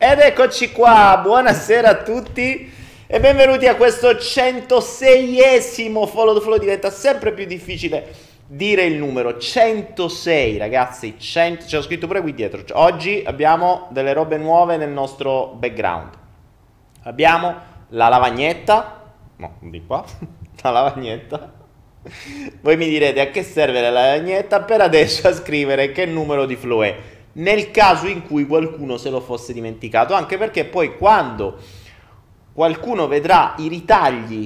Ed eccoci qua, buonasera a tutti e benvenuti a questo 106esimo Follow the Flow. Diventa sempre più difficile dire il numero 106, ragazzi, 100, c'è scritto pure qui dietro. Oggi abbiamo delle robe nuove nel nostro background. Abbiamo la lavagnetta, no, di qua, la lavagnetta. Voi mi direte a che serve la lavagnetta? Per adesso a scrivere che numero di flow è, nel caso in cui qualcuno se lo fosse dimenticato, anche perché poi quando qualcuno vedrà i ritagli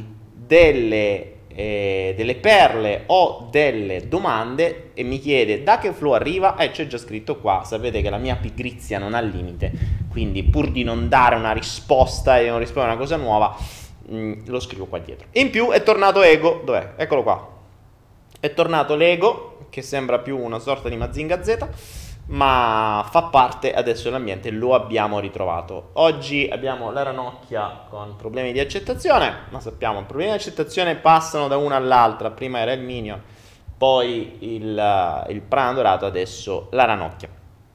delle perle o delle domande e mi chiede da che flow arriva, c'è già scritto qua. Sapete che la mia pigrizia non ha limite, quindi pur di non dare una risposta e non rispondere a una cosa nuova, lo scrivo qua dietro. In più è tornato Ego, dov'è? Eccolo qua. È tornato l'Ego, che sembra più una sorta di Mazinga Z, ma fa parte adesso dell'ambiente, lo abbiamo ritrovato. Oggi abbiamo la ranocchia con problemi di accettazione, ma sappiamo, i problemi di accettazione passano da una all'altra. Prima era il Minion, poi il Prana Dorato, adesso la ranocchia.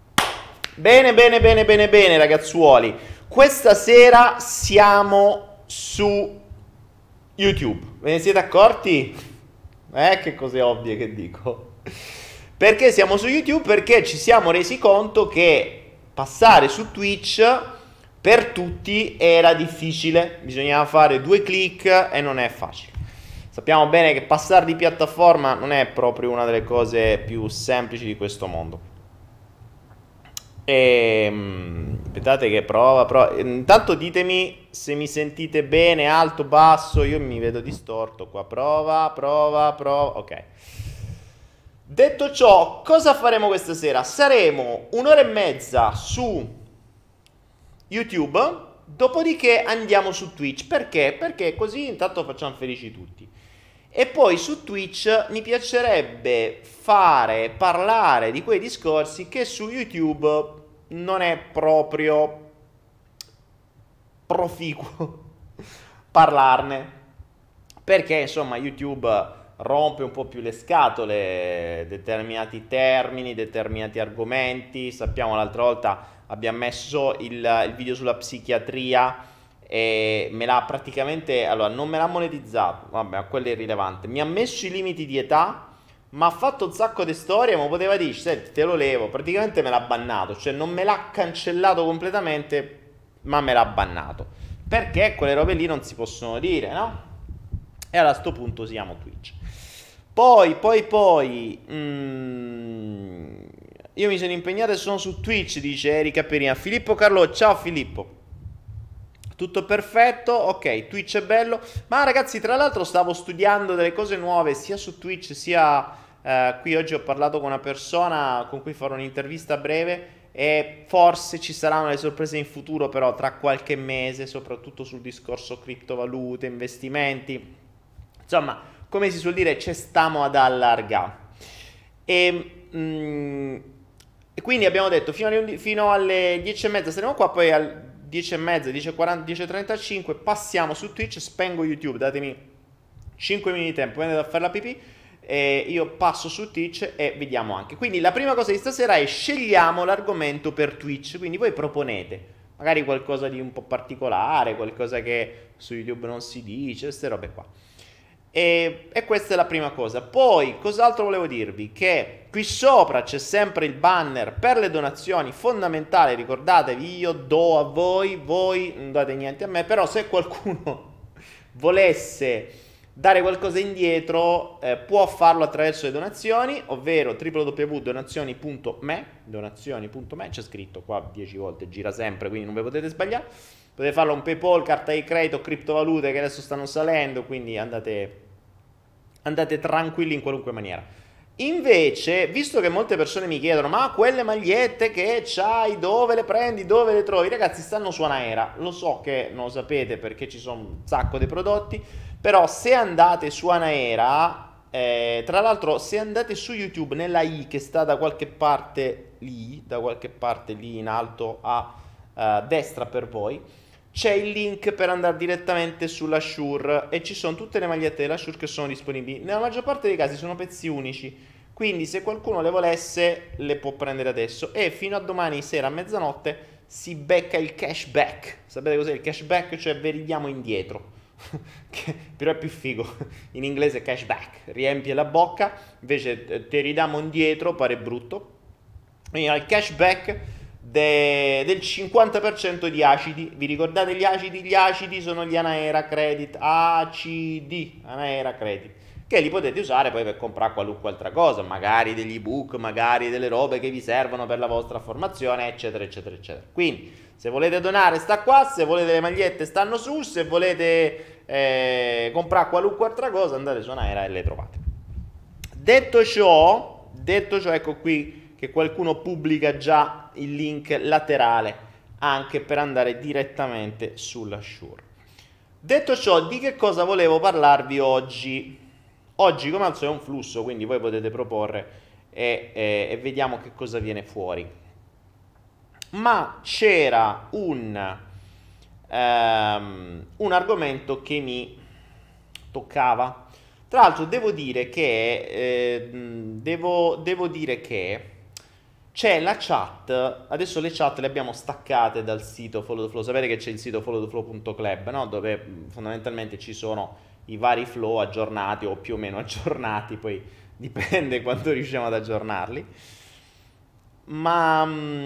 Bene, ragazzuoli. Questa sera siamo su YouTube. Ve ne siete accorti? Che cose ovvie che dico. Perché siamo su YouTube? Perché ci siamo resi conto che passare su Twitch per tutti era difficile, bisognava fare 2 click e non è facile. Sappiamo bene che passare di piattaforma non è proprio una delle cose più semplici di questo mondo. Aspettate che prova. Intanto ditemi se mi sentite bene, alto, basso, io mi vedo distorto qua. Prova. Ok. Detto ciò, cosa faremo questa sera? Saremo 1 ora e mezza su YouTube, dopodiché andiamo su Twitch. Perché? Perché così intanto facciamo felici tutti. E poi su Twitch mi piacerebbe parlare di quei discorsi che su YouTube non è proprio proficuo parlarne. Perché insomma YouTube rompe un po' più le scatole, determinati termini, determinati argomenti. Sappiamo, l'altra volta abbiamo messo il video sulla psichiatria e me l'ha praticamente, allora non me l'ha monetizzato, vabbè, ma quello è irrilevante. Mi ha messo i limiti di età, ma ha fatto un sacco di storie, ma poteva dire, senti, te lo levo. Praticamente me l'ha bannato, cioè non me l'ha cancellato completamente, ma me l'ha bannato. Perché quelle robe lì non si possono dire, no? E allora a sto punto siamo Twitch. Poi io mi sono impegnato e sono su Twitch, dice Erika Perina. Filippo Carlo, ciao Filippo. Tutto perfetto, ok, Twitch è bello. Ma ragazzi, tra l'altro stavo studiando delle cose nuove sia su Twitch sia qui. Oggi ho parlato con una persona con cui farò un'intervista a breve e forse ci saranno le sorprese in futuro, però tra qualche mese, soprattutto sul discorso criptovalute, investimenti. Insomma, come si suol dire, ci stiamo ad allargare. E quindi abbiamo detto fino alle 10:30 saremo qua, poi alle 10:30, 10:40, 10:35 passiamo su Twitch, spengo YouTube, datemi 5 minuti di tempo, venite a fare la pipì e io passo su Twitch e vediamo anche. Quindi la prima cosa di stasera è scegliamo l'argomento per Twitch, quindi voi proponete magari qualcosa di un po' particolare, qualcosa che su YouTube non si dice, queste robe qua. E questa è la prima cosa. Poi, cos'altro volevo dirvi? Che qui sopra c'è sempre il banner per le donazioni, fondamentale, ricordatevi, io do a voi non date niente a me, però se qualcuno volesse dare qualcosa indietro può farlo attraverso le donazioni, ovvero www.donazioni.me, c'è scritto qua 10 volte, gira sempre, quindi non vi potete sbagliare. Potete farlo un PayPal, carta di credito, criptovalute che adesso stanno salendo, quindi andate tranquilli in qualunque maniera. Invece, visto che molte persone mi chiedono ma quelle magliette che c'hai, dove le prendi, dove le trovi? Ragazzi, stanno su Anaera, lo so che non lo sapete perché ci sono un sacco di prodotti, però se andate su Anaera, tra l'altro se andate su YouTube nella i che sta da qualche parte lì in alto a destra per voi, c'è il link per andare direttamente sulla Shure e ci sono tutte le magliette della Shure che sono disponibili. Nella maggior parte dei casi sono pezzi unici, quindi se qualcuno le volesse le può prendere adesso e fino a domani sera a mezzanotte si becca il cashback. Sapete cos'è il cashback? Cioè vi ridiamo indietro. Però è più figo. In inglese cashback, riempie la bocca, invece ti ridiamo indietro, pare brutto. Quindi il cashback del 50% di acidi. Vi ricordate gli acidi? Gli acidi sono gli Anaera Credit, ACD, Anaera Credit, che li potete usare poi per comprare qualunque altra cosa, magari degli ebook, magari delle robe che vi servono per la vostra formazione, eccetera, eccetera, eccetera. Quindi, se volete donare sta qua, se volete le magliette stanno su, se volete comprare qualunque altra cosa, andate su Anaera e le trovate. Detto ciò, ecco qui che qualcuno pubblica già il link laterale anche per andare direttamente sulla Shure. Detto ciò, di che cosa volevo parlarvi oggi? Oggi come al solito è un flusso, quindi voi potete proporre e vediamo che cosa viene fuori. Ma c'era un argomento che mi toccava. Tra l'altro devo dire che c'è la chat, adesso le chat le abbiamo staccate dal sito Follow the Flow. Sapete che c'è il sito followtheflow.club, no? Dove fondamentalmente ci sono i vari flow aggiornati o più o meno aggiornati, poi dipende quanto riusciamo ad aggiornarli. Ma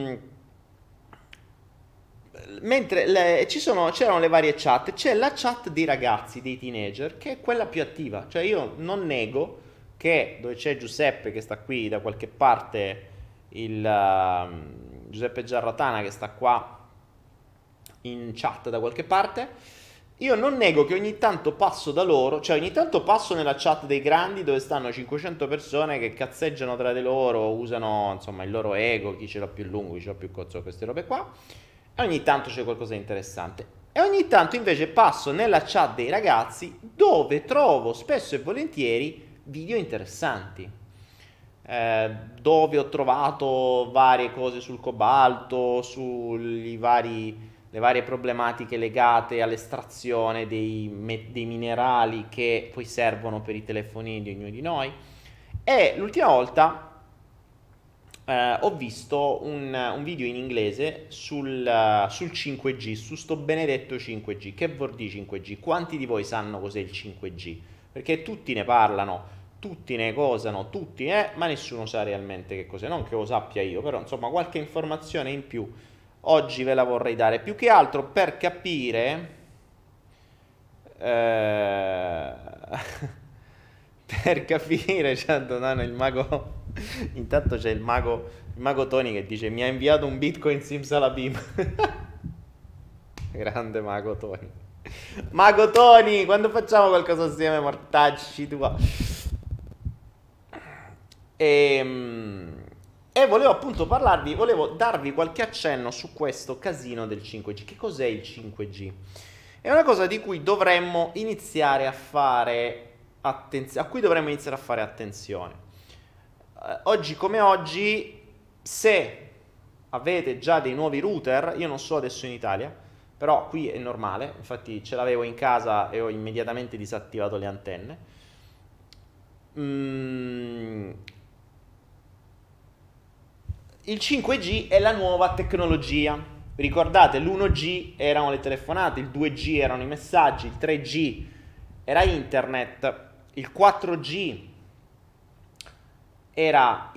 mentre c'erano le varie chat, c'è la chat dei ragazzi, dei teenager, che è quella più attiva. Cioè io non nego che dove c'è Giuseppe che sta qui da qualche parte, Giuseppe Giarratana che sta qua in chat da qualche parte, io non nego che ogni tanto passo da loro, cioè ogni tanto passo nella chat dei grandi dove stanno 500 persone che cazzeggiano tra di loro, usano insomma il loro ego, chi ce l'ha più lungo, chi ce l'ha più cozzo, queste robe qua, e ogni tanto c'è qualcosa di interessante. E ogni tanto invece passo nella chat dei ragazzi dove trovo spesso e volentieri video interessanti. Dove ho trovato varie cose sul cobalto, le varie problematiche legate all'estrazione dei minerali che poi servono per i telefonini di ognuno di noi. E l'ultima volta ho visto un video in inglese sul 5G, su sto benedetto 5G. Che vuol dire 5G? Quanti di voi sanno cos'è il 5G? Perché tutti ne parlano, tutti ne cosano, ma nessuno sa realmente che cos'è. Non che lo sappia io, però insomma qualche informazione in più oggi ve la vorrei dare, più che altro per capire per capire, cioè, no, il mago intanto c'è il mago Tony che dice mi ha inviato un bitcoin simsalabim. Grande mago Tony. Mago Tony, quando facciamo qualcosa assieme, mortacci tua. E volevo appunto volevo darvi qualche accenno su questo casino del 5G. Che cos'è il 5G? È una cosa di cui dovremmo iniziare a fare attenzione, a cui dovremmo iniziare a fare attenzione. Oggi come oggi, se avete già dei nuovi router, io non so adesso in Italia, però qui è normale, infatti ce l'avevo in casa e ho immediatamente disattivato le antenne. Il 5G è la nuova tecnologia. Ricordate, l'1G erano le telefonate, il 2G erano i messaggi, il 3G era internet, il 4G era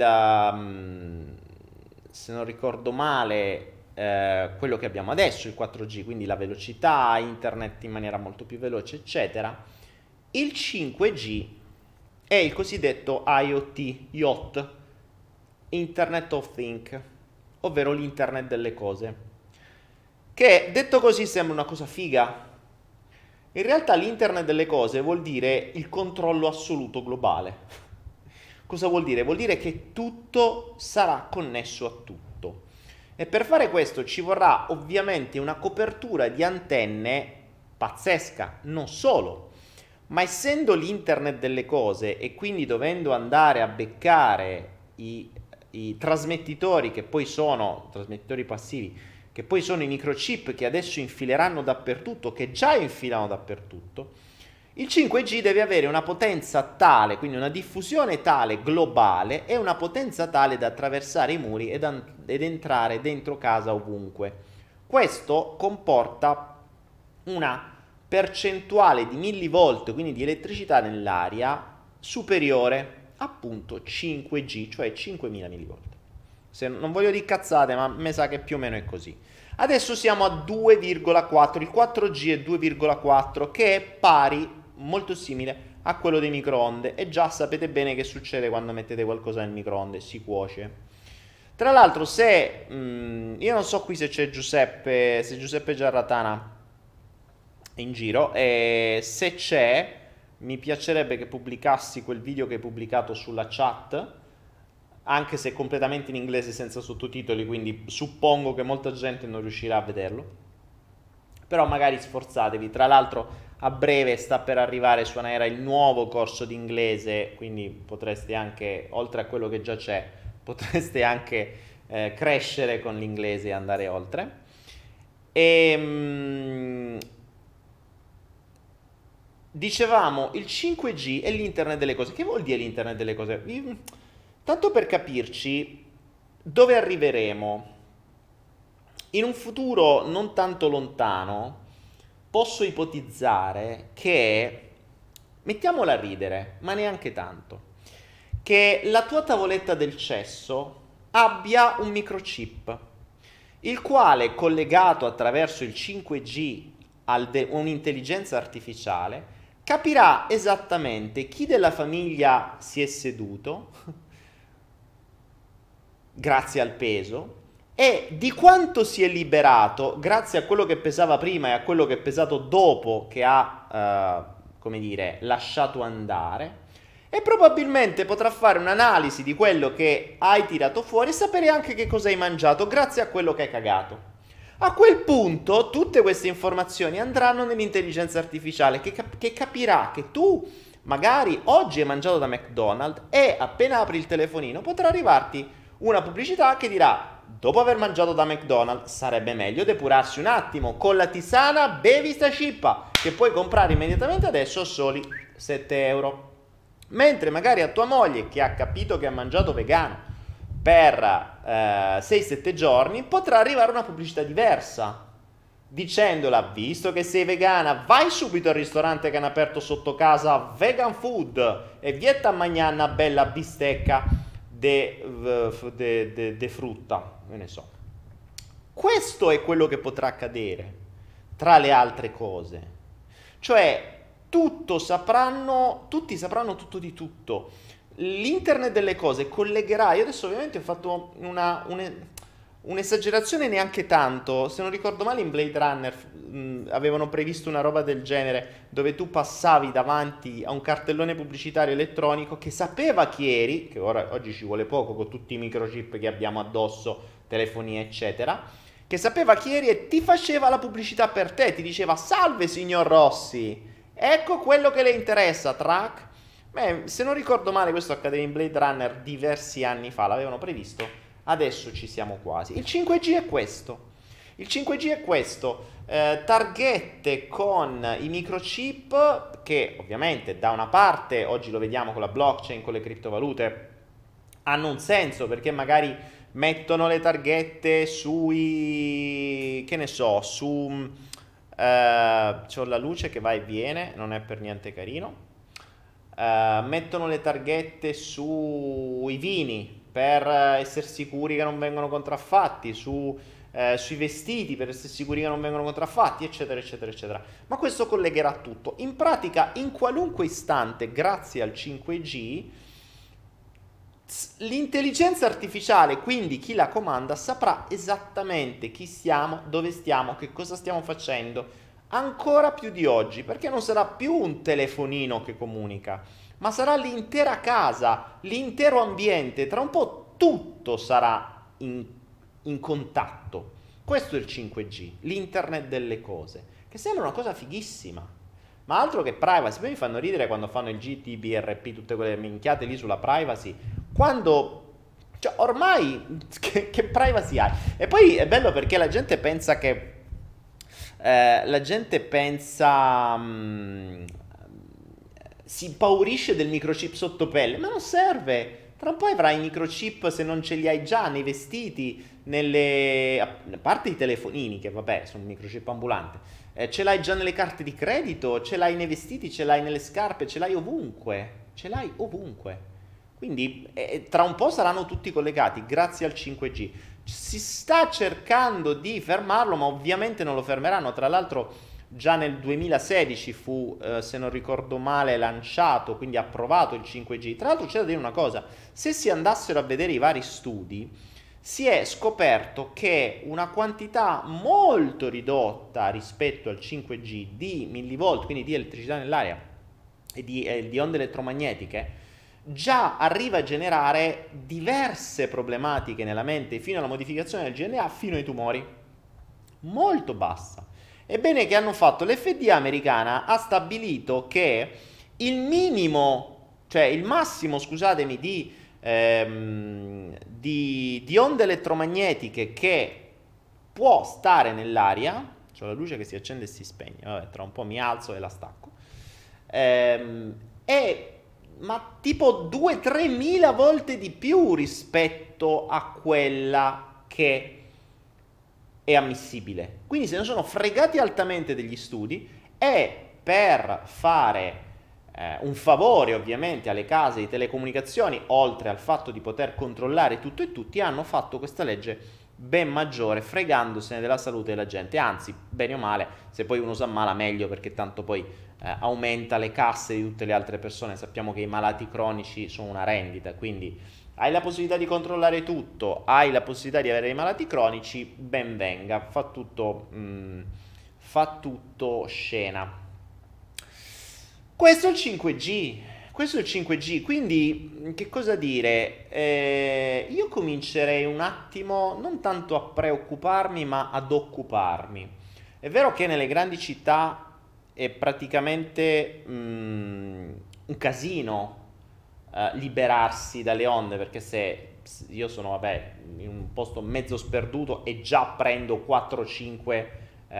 se non ricordo male, quello che abbiamo adesso, il 4G, quindi la velocità, internet in maniera molto più veloce, eccetera. Il 5G è il cosiddetto IoT, Internet of Things, ovvero l'internet delle cose, che detto così sembra una cosa figa. In realtà l'internet delle cose vuol dire il controllo assoluto globale. Cosa vuol dire? Vuol dire che tutto sarà connesso a tutto. E per fare questo ci vorrà ovviamente una copertura di antenne pazzesca, non solo, ma essendo l'internet delle cose e quindi dovendo andare a beccare i trasmettitori che poi sono trasmettitori passivi, che poi sono i microchip che adesso infileranno dappertutto, che già infilano dappertutto, Il 5G deve avere una potenza tale, quindi una diffusione tale globale e una potenza tale da attraversare i muri ed entrare dentro casa ovunque. Questo comporta una percentuale di millivolt, quindi di elettricità nell'aria, superiore appunto 5G, cioè 5000 millivolt. Se non voglio dire cazzate, ma mi sa che più o meno è così. Adesso siamo a 2,4, il 4G è 2,4, che è pari, molto simile a quello dei microonde, e già sapete bene che succede quando mettete qualcosa nel microonde, si cuoce. Tra l'altro, se io non so qui se c'è Giuseppe, se Giuseppe Giarratana è in giro, e se c'è, mi piacerebbe che pubblicassi quel video che hai pubblicato sulla chat, anche se completamente in inglese senza sottotitoli, quindi suppongo che molta gente non riuscirà a vederlo. Però magari sforzatevi. Tra l'altro a breve sta per arrivare su Anaera il nuovo corso di inglese, quindi potreste anche, oltre a quello che già c'è, potreste anche crescere con l'inglese e andare oltre. Dicevamo il 5G e l'internet delle cose. Che vuol dire l'internet delle cose? Tanto per capirci, dove arriveremo? In un futuro non tanto lontano, posso ipotizzare che, mettiamola a ridere, ma neanche tanto, che la tua tavoletta del cesso abbia un microchip, il quale, collegato attraverso il 5G a un'intelligenza artificiale, capirà esattamente chi della famiglia si è seduto, grazie al peso, e di quanto si è liberato grazie a quello che pesava prima e a quello che è pesato dopo che ha, come dire, lasciato andare, e probabilmente potrà fare un'analisi di quello che hai tirato fuori e sapere anche che cosa hai mangiato grazie a quello che hai cagato. A quel punto tutte queste informazioni andranno nell'intelligenza artificiale che capirà che tu magari oggi hai mangiato da McDonald's e appena apri il telefonino potrà arrivarti una pubblicità che dirà: dopo aver mangiato da McDonald's sarebbe meglio depurarsi un attimo con la tisana bevi sta cippa che puoi comprare immediatamente adesso a soli 7 euro. Mentre magari a tua moglie, che ha capito che ha mangiato vegano per 6-7 giorni, potrà arrivare una pubblicità diversa dicendola: visto che sei vegana, vai subito al ristorante che hanno aperto sotto casa, Vegan Food, e vieta a mangiare una bella bistecca de frutta, ne so. Questo è quello che potrà accadere, tra le altre cose. Cioè, tutti sapranno tutto di tutto. L'internet delle cose collegherà, io adesso ovviamente ho fatto un'esagerazione neanche tanto, se non ricordo male in Blade Runner avevano previsto una roba del genere dove tu passavi davanti a un cartellone pubblicitario elettronico che sapeva chi eri, che oggi ci vuole poco con tutti i microchip che abbiamo addosso, telefonie eccetera, che sapeva chi eri e ti faceva la pubblicità per te, ti diceva: salve signor Rossi, ecco quello che le interessa, track. Beh, se non ricordo male questo accadeva in Blade Runner diversi anni fa, l'avevano previsto, adesso ci siamo quasi. Il 5G è questo. Il 5G è questo, targhette con i microchip che ovviamente da una parte, oggi lo vediamo con la blockchain, con le criptovalute, hanno un senso perché magari mettono le targhette sui, che ne so, c'ho la luce che va e viene, non è per niente carino. Mettono le targhette sui vini per essere sicuri che non vengono contraffatti, sui vestiti per essere sicuri che non vengono contraffatti, eccetera, eccetera, eccetera. Ma questo collegherà tutto. In pratica, in qualunque istante, grazie al 5G, l'intelligenza artificiale, quindi chi la comanda, saprà esattamente chi siamo, dove stiamo, che cosa stiamo facendo, ancora più di oggi, perché non sarà più un telefonino che comunica, ma sarà l'intera casa, l'intero ambiente, tra un po' tutto sarà in contatto. Questo è il 5G, l'internet delle cose, che sembra una cosa fighissima, ma altro che privacy. Poi mi fanno ridere quando fanno il GDPR, tutte quelle minchiate lì sulla privacy, quando, cioè, ormai che privacy hai? E poi è bello perché la gente pensa si impaurisce del microchip sotto pelle, ma non serve. Tra un po' avrai i microchip, se non ce li hai già, nei vestiti, a parte i telefonini, che vabbè, sono un microchip ambulante, ce l'hai già nelle carte di credito, ce l'hai nei vestiti, ce l'hai nelle scarpe, ce l'hai ovunque. Ce l'hai ovunque. Quindi tra un po' saranno tutti collegati grazie al 5G. Si sta cercando di fermarlo, ma ovviamente non lo fermeranno. Tra l'altro già nel 2016 fu, se non ricordo male, lanciato, quindi approvato il 5G. Tra l'altro c'è da dire una cosa, se si andassero a vedere i vari studi, si è scoperto che una quantità molto ridotta rispetto al 5G di millivolt, quindi di elettricità nell'aria e di onde elettromagnetiche, già arriva a generare diverse problematiche nella mente fino alla modificazione del DNA, fino ai tumori. Molto bassa. Ebbene, che hanno fatto? L'FDA americana ha stabilito che il minimo, cioè il massimo, scusatemi, di onde elettromagnetiche che può stare nell'aria, c'ho la luce che si accende e si spegne, vabbè, tra un po' mi alzo e la stacco, è ma tipo 2-3 mila volte di più rispetto a quella che è ammissibile. Quindi se ne sono fregati altamente degli studi e per fare un favore ovviamente alle case di telecomunicazioni, oltre al fatto di poter controllare tutto e tutti, hanno fatto questa legge ben maggiore, fregandosene della salute della gente. Anzi, bene o male, se poi uno si ammala meglio, perché tanto poi aumenta le casse di tutte le altre persone. Sappiamo che i malati cronici sono una rendita, quindi hai la possibilità di controllare tutto, hai la possibilità di avere i malati cronici, ben venga, fa tutto scena. Questo è il 5G, questo è il 5G, quindi che cosa dire? Io comincerei un attimo non tanto a preoccuparmi, ma ad occuparmi. È vero che nelle grandi città è praticamente un casino liberarsi dalle onde, perché se io sono, vabbè, in un posto mezzo sperduto e già prendo 4-5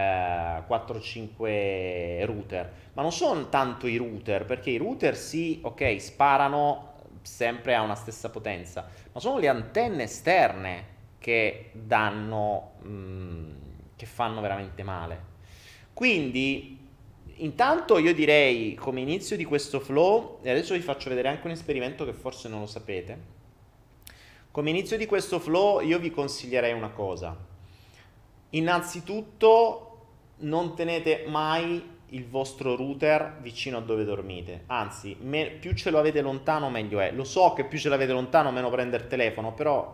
router, ma non sono tanto i router, perché i router sì, ok, sparano sempre a una stessa potenza, ma sono le antenne esterne che danno, che fanno veramente male. Quindi intanto io direi, come inizio di questo flow, e adesso vi faccio vedere anche un esperimento che forse non lo sapete, come inizio di questo flow io vi consiglierei una cosa. Innanzitutto non tenete mai il vostro router vicino a dove dormite, anzi più ce lo avete lontano meglio è. Lo so che più ce l'avete lontano meno prende il telefono, però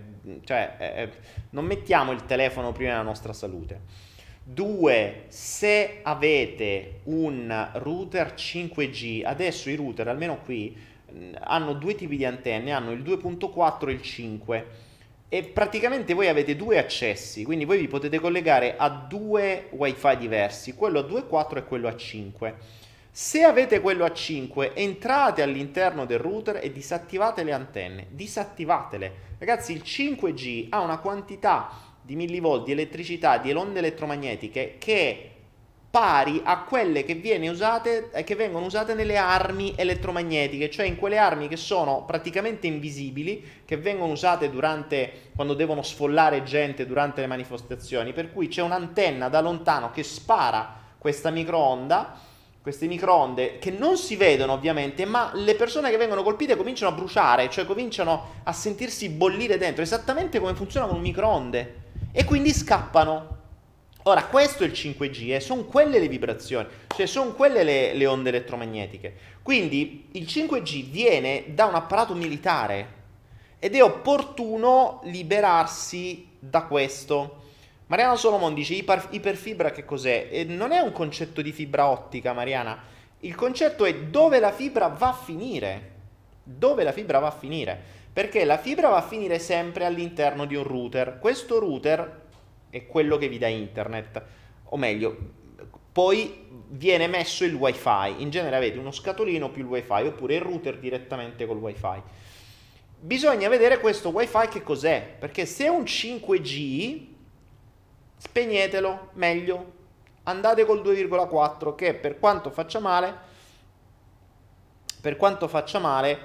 non mettiamo il telefono prima della nostra salute. 2. Se avete un router 5G, adesso i router, almeno qui, hanno due tipi di antenne, hanno il 2.4 e il 5, e praticamente voi avete due accessi, quindi voi vi potete collegare a due wifi diversi, quello a 2.4 e quello a 5. Se avete quello a 5, entrate all'interno del router e disattivate le antenne, disattivatele. Ragazzi, il 5G ha una quantità di millivolt di elettricità, di onde elettromagnetiche, che è pari a quelle che vengono usate nelle armi elettromagnetiche, cioè in quelle armi che sono praticamente invisibili, che vengono usate quando devono sfollare gente durante le manifestazioni, per cui c'è un'antenna da lontano che spara queste microonde che non si vedono ovviamente, ma le persone che vengono colpite cominciano a bruciare, cioè cominciano a sentirsi bollire dentro, esattamente come funziona con un microonde, e quindi scappano. Ora, questo è il 5G, sono quelle le vibrazioni, cioè sono quelle le onde elettromagnetiche. Quindi il 5G viene da un apparato militare ed è opportuno liberarsi da questo. Mariana Solomon dice iperfibra che cos'è? E non è un concetto di fibra ottica, Mariana. Il concetto è dove la fibra va a finire. Dove la fibra va a finire? Perché la fibra va a finire sempre all'interno di un router. Questo router è quello che vi dà internet, o meglio, poi viene messo il wifi. In genere avete uno scatolino più il wifi, oppure il router direttamente col wifi. Bisogna vedere questo wifi che cos'è, perché se è un 5G, spegnetelo, meglio. Andate col 2,4, che per quanto faccia male per quanto faccia male,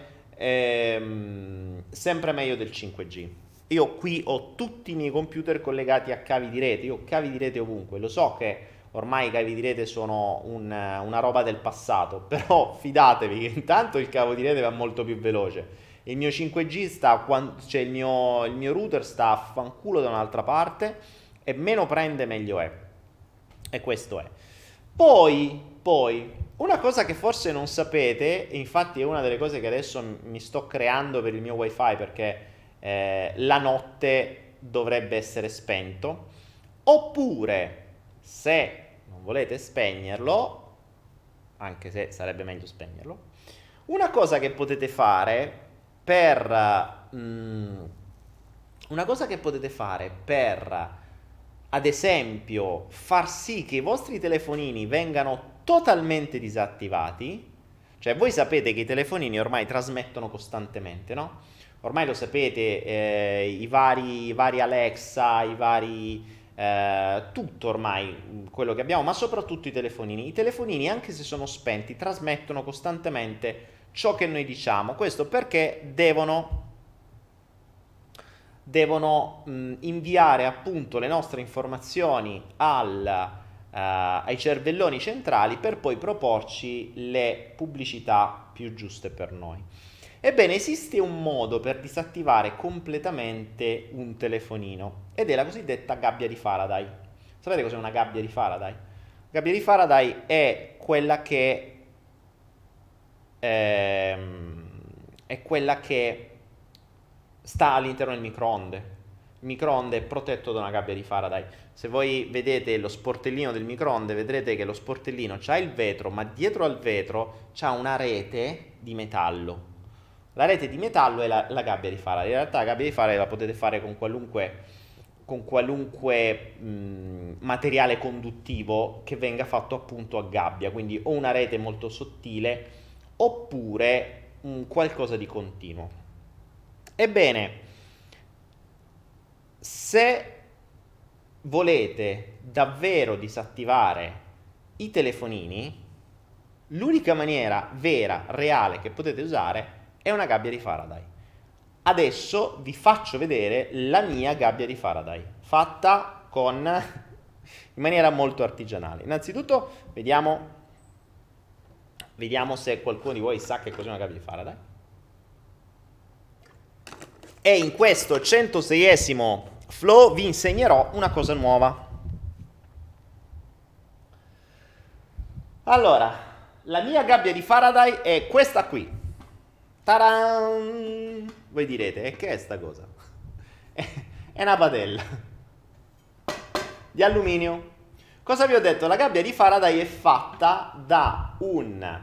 sempre meglio del 5G. Io qui ho tutti i miei computer collegati a cavi di rete, io ho cavi di rete ovunque, lo so che ormai i cavi di rete sono una roba del passato, però fidatevi che intanto il cavo di rete va molto più veloce. Il mio 5G cioè il mio router sta a fanculo da un'altra parte e meno prende meglio è. E questo è. Poi, una cosa che forse non sapete, e infatti è una delle cose che adesso mi sto creando per il mio wifi perché la notte dovrebbe essere spento, oppure se non volete spegnerlo, anche se sarebbe meglio spegnerlo, una cosa che potete fare per ad esempio far sì che i vostri telefonini vengano totalmente disattivati, cioè voi sapete che i telefonini ormai trasmettono costantemente, no? Ormai lo sapete, i vari Alexa, tutto ormai quello che abbiamo, ma soprattutto i telefonini. I telefonini, anche se sono spenti, trasmettono costantemente ciò che noi diciamo. Questo perché devono inviare appunto le nostre informazioni ai cervelloni centrali per poi proporci le pubblicità più giuste per noi. Ebbene, esiste un modo per disattivare completamente un telefonino ed è la cosiddetta gabbia di Faraday. Sapete cos'è una gabbia di Faraday? La gabbia di Faraday è quella che sta all'interno del microonde. Il microonde è protetto da una gabbia di Faraday. Se voi vedete lo sportellino del microonde, vedrete che lo sportellino c'ha il vetro, ma dietro al vetro c'ha una rete di metallo. La rete di metallo è la gabbia di Faraday. In realtà la gabbia di Faraday la potete fare con qualunque materiale conduttivo che venga fatto appunto a gabbia, quindi o una rete molto sottile oppure qualcosa di continuo. Ebbene, se volete davvero disattivare i telefonini, l'unica maniera vera, reale che potete usare è una gabbia di Faraday. Adesso vi faccio vedere la mia gabbia di Faraday, fatta in maniera molto artigianale. Innanzitutto vediamo se qualcuno di voi sa che cos'è una gabbia di Faraday. E in questo 106esimo flow vi insegnerò una cosa nuova. Allora, la mia gabbia di Faraday è questa qui. Taran! Voi direte, e che è sta cosa? È una padella di alluminio. Cosa vi ho detto? La gabbia di Faraday è fatta da una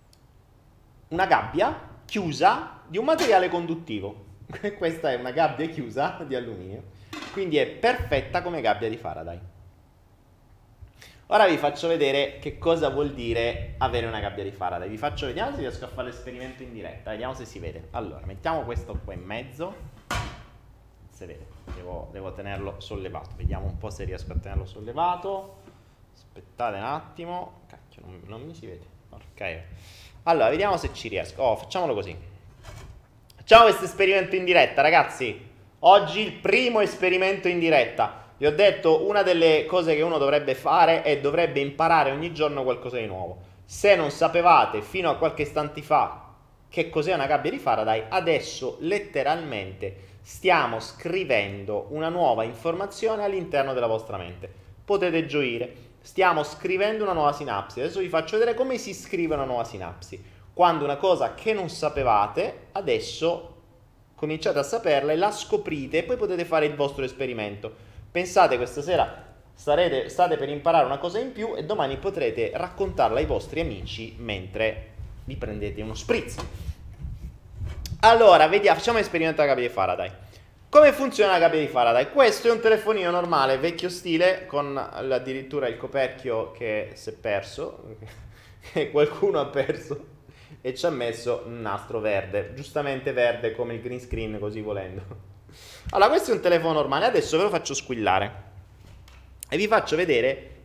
gabbia chiusa di un materiale conduttivo. Questa è una gabbia chiusa di alluminio, quindi è perfetta come gabbia di Faraday. Ora vi faccio vedere che cosa vuol dire avere una gabbia di Faraday. Vediamo se riesco a fare l'esperimento in diretta, vediamo se si vede. Allora, mettiamo questo qua in mezzo. Si vede, devo tenerlo sollevato. Vediamo un po' se riesco a tenerlo sollevato. Aspettate un attimo. Cacchio, non mi si vede. Ok. Allora, vediamo se ci riesco. Facciamolo così. Facciamo questo esperimento in diretta, ragazzi. Oggi il primo esperimento in diretta. Vi ho detto, una delle cose che uno dovrebbe fare è dovrebbe imparare ogni giorno qualcosa di nuovo. Se non sapevate fino a qualche istante fa che cos'è una gabbia di Faraday, adesso letteralmente stiamo scrivendo una nuova informazione all'interno della vostra mente. Potete gioire, stiamo scrivendo una nuova sinapsi. Adesso vi faccio vedere come si scrive una nuova sinapsi. Quando una cosa che non sapevate, adesso cominciate a saperla e la scoprite e poi potete fare il vostro esperimento. Pensate, questa sera state per imparare una cosa in più e domani potrete raccontarla ai vostri amici mentre vi prendete uno spritz. Allora, facciamo l'esperimento della gabbia di Faraday. Come funziona la gabbia di Faraday? Questo è un telefonino normale, vecchio stile, con addirittura il coperchio che si è perso, che qualcuno ha perso, e ci ha messo un nastro verde, giustamente verde come il green screen, così volendo. Allora, questo è un telefono normale, adesso ve lo faccio squillare e vi faccio vedere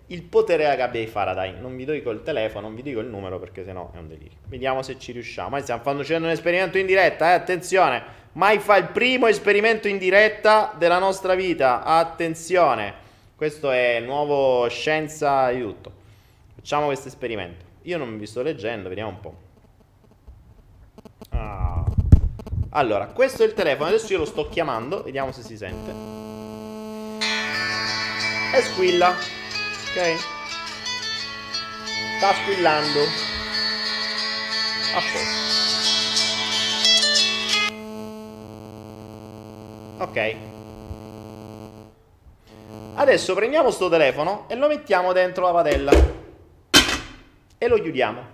il potere della gabbia di Faraday. Non vi dico il telefono, non vi dico il numero perché sennò è un delirio. Vediamo se ci riusciamo. Mai stiamo facendo un esperimento in diretta, attenzione. Mai fa il primo esperimento in diretta della nostra vita. Attenzione. Questo è nuovo scienza aiuto. Facciamo questo esperimento. Io non vi sto leggendo, vediamo un po'. Allora, questo è il telefono. Adesso io lo sto chiamando, vediamo se si sente. E squilla. Ok? Sta squillando. A posto. Ok. Adesso prendiamo sto telefono e lo mettiamo dentro la padella. E lo chiudiamo.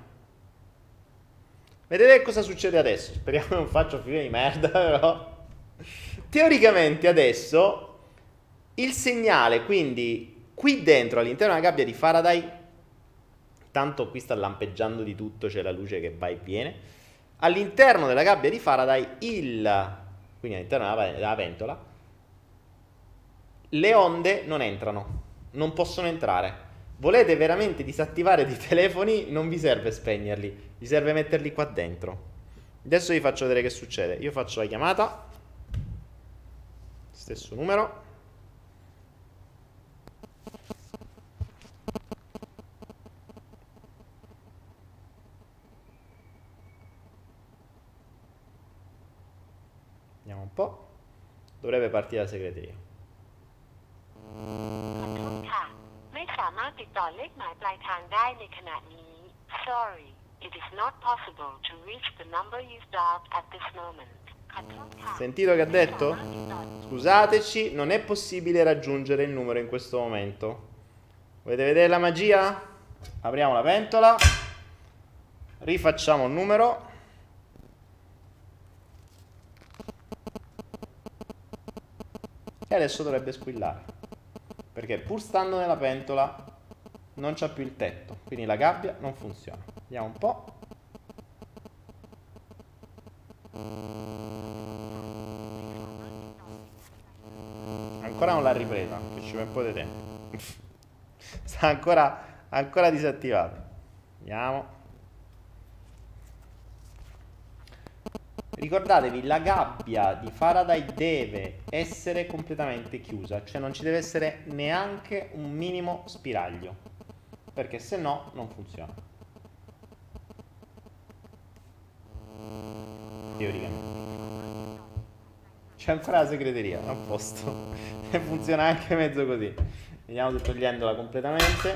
Vedete cosa succede adesso? Speriamo che non faccio fine di merda, però. Teoricamente adesso il segnale, quindi qui dentro, all'interno della gabbia di Faraday, tanto qui sta lampeggiando di tutto, c'è la luce che va e viene, all'interno della gabbia di Faraday, quindi all'interno della pentola, le onde non entrano, non possono entrare. Volete veramente disattivare dei telefoni? Non vi serve spegnerli, vi serve metterli qua dentro. Adesso vi faccio vedere che succede. Io faccio la chiamata, stesso numero. Vediamo un po'. Dovrebbe partire la segreteria. ขอโทษค่ะไม่สามารถติดต่อเลขหมายปลายทางได้ในขณะนี้ Sorry, it is not possible to reach the number you've dialed at this moment. ขอโทษค่ะ Sentito che ha detto? Scusateci, non è possibile raggiungere il numero in questo momento. Volete vedere la magia? Apriamo la pentola, rifacciamo il numero. E adesso dovrebbe squillare, perché pur stando nella pentola non c'ha più il tetto, quindi la gabbia non funziona. Vediamo un po'. Ancora non l'ha ripresa, che ci vuole un po' di tempo. Sta ancora disattivato. Vediamo. Ricordatevi, la gabbia di Faraday deve essere completamente chiusa, cioè non ci deve essere neanche un minimo spiraglio, perché se no non funziona. Teoricamente. C'è ancora la segreteria, a posto. E funziona anche mezzo così. Vediamo se togliendola completamente.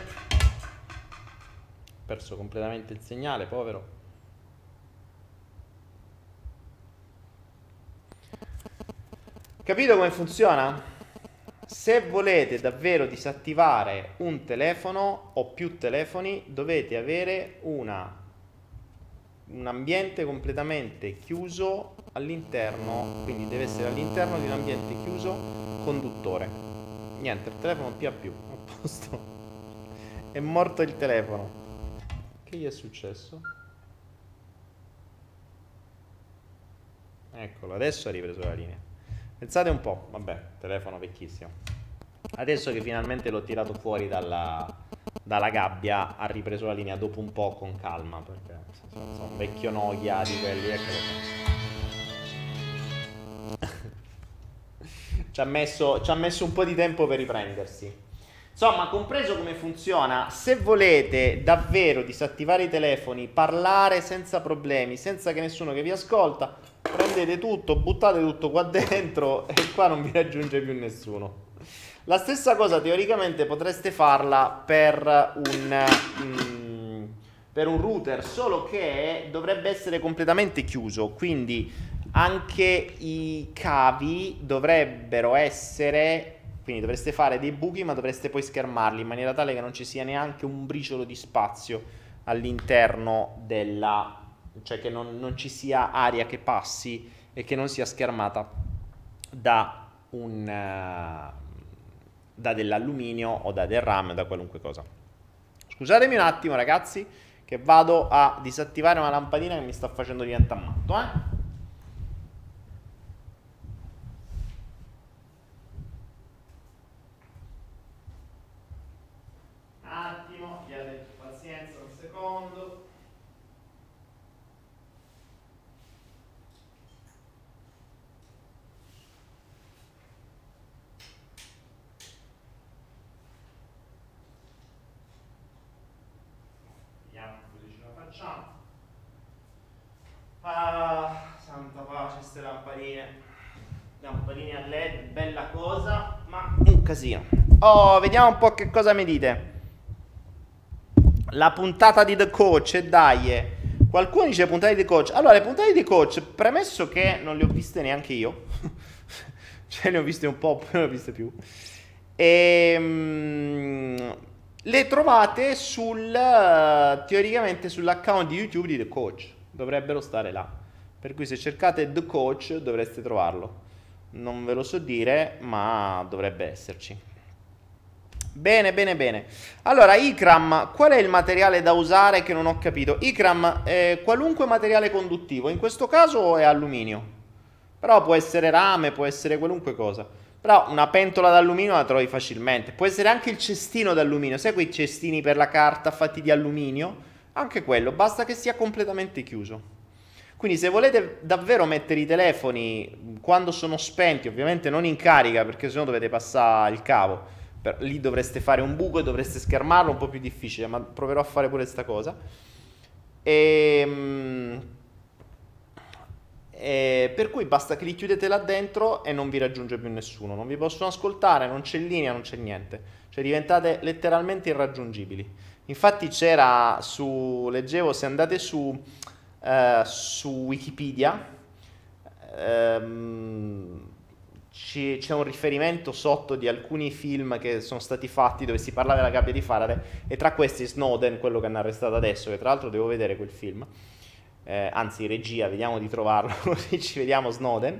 Ho perso completamente il segnale, povero. Capito come funziona? Se volete davvero disattivare un telefono o più telefoni, dovete avere un ambiente completamente chiuso all'interno, quindi deve essere all'interno di un ambiente chiuso conduttore. Niente, il telefono più a più, a posto. È morto il telefono. Che gli è successo? Eccolo, adesso ha ripreso la linea. Pensate un po', vabbè, telefono vecchissimo. Adesso che finalmente l'ho tirato fuori dalla gabbia, ha ripreso la linea dopo un po' con calma, perché sono un vecchio Nokia di quelli, eccolo qua. ci ha messo un po' di tempo per riprendersi. Insomma, compreso come funziona, se volete davvero disattivare i telefoni, parlare senza problemi, senza che nessuno che vi ascolta, prendete tutto, buttate tutto qua dentro e qua non vi raggiunge più nessuno. La stessa cosa teoricamente potreste farla per un router, solo che dovrebbe essere completamente chiuso, quindi anche i cavi dovrebbero essere, quindi dovreste fare dei buchi, ma dovreste poi schermarli in maniera tale che non ci sia neanche un briciolo di spazio all'interno cioè che non ci sia aria che passi e che non sia schermata da dell'alluminio o da del RAM o da qualunque cosa. Scusatemi un attimo, ragazzi, che vado a disattivare una lampadina che mi sta facendo diventare matto, secondo. Vediamo così ce la facciamo. Ah, santa pace, queste lampadine. Lampadine a LED, bella cosa, ma un casino. Oh, vediamo un po' che cosa mi dite. La puntata di The Coach, e dai. Qualcuno dice puntate di The Coach. Allora, le puntate di The Coach, premesso che non le ho viste neanche io, cioè ne ho viste un po', poi non le ho viste più. Le trovate teoricamente sull'account di YouTube di The Coach. Dovrebbero stare là. Per cui se cercate The Coach dovreste trovarlo. Non ve lo so dire, ma dovrebbe esserci. Bene, bene, bene. Allora, Ikram, qual è il materiale da usare che non ho capito? Ikram, qualunque materiale conduttivo. In questo caso è alluminio. Però può essere rame, può essere qualunque cosa. Però una pentola d'alluminio la trovi facilmente. Può essere anche il cestino d'alluminio. Sai quei cestini per la carta fatti di alluminio? Anche quello, basta che sia completamente chiuso. Quindi se volete davvero mettere i telefoni quando sono spenti, ovviamente non in carica perché sennò dovete passare il cavo. Lì dovreste fare un buco e dovreste schermarlo, un po' più difficile, ma proverò a fare pure questa cosa. Per cui basta che li chiudete là dentro e non vi raggiunge più nessuno. Non vi possono ascoltare, non c'è linea, non c'è niente. Cioè diventate letteralmente irraggiungibili. Infatti leggevo, se andate su Wikipedia, c'è un riferimento sotto di alcuni film che sono stati fatti dove si parla della gabbia di Faraday, e tra questi Snowden, quello che hanno arrestato adesso, che tra l'altro devo vedere quel film, anzi regia, vediamo di trovarlo così ci vediamo Snowden,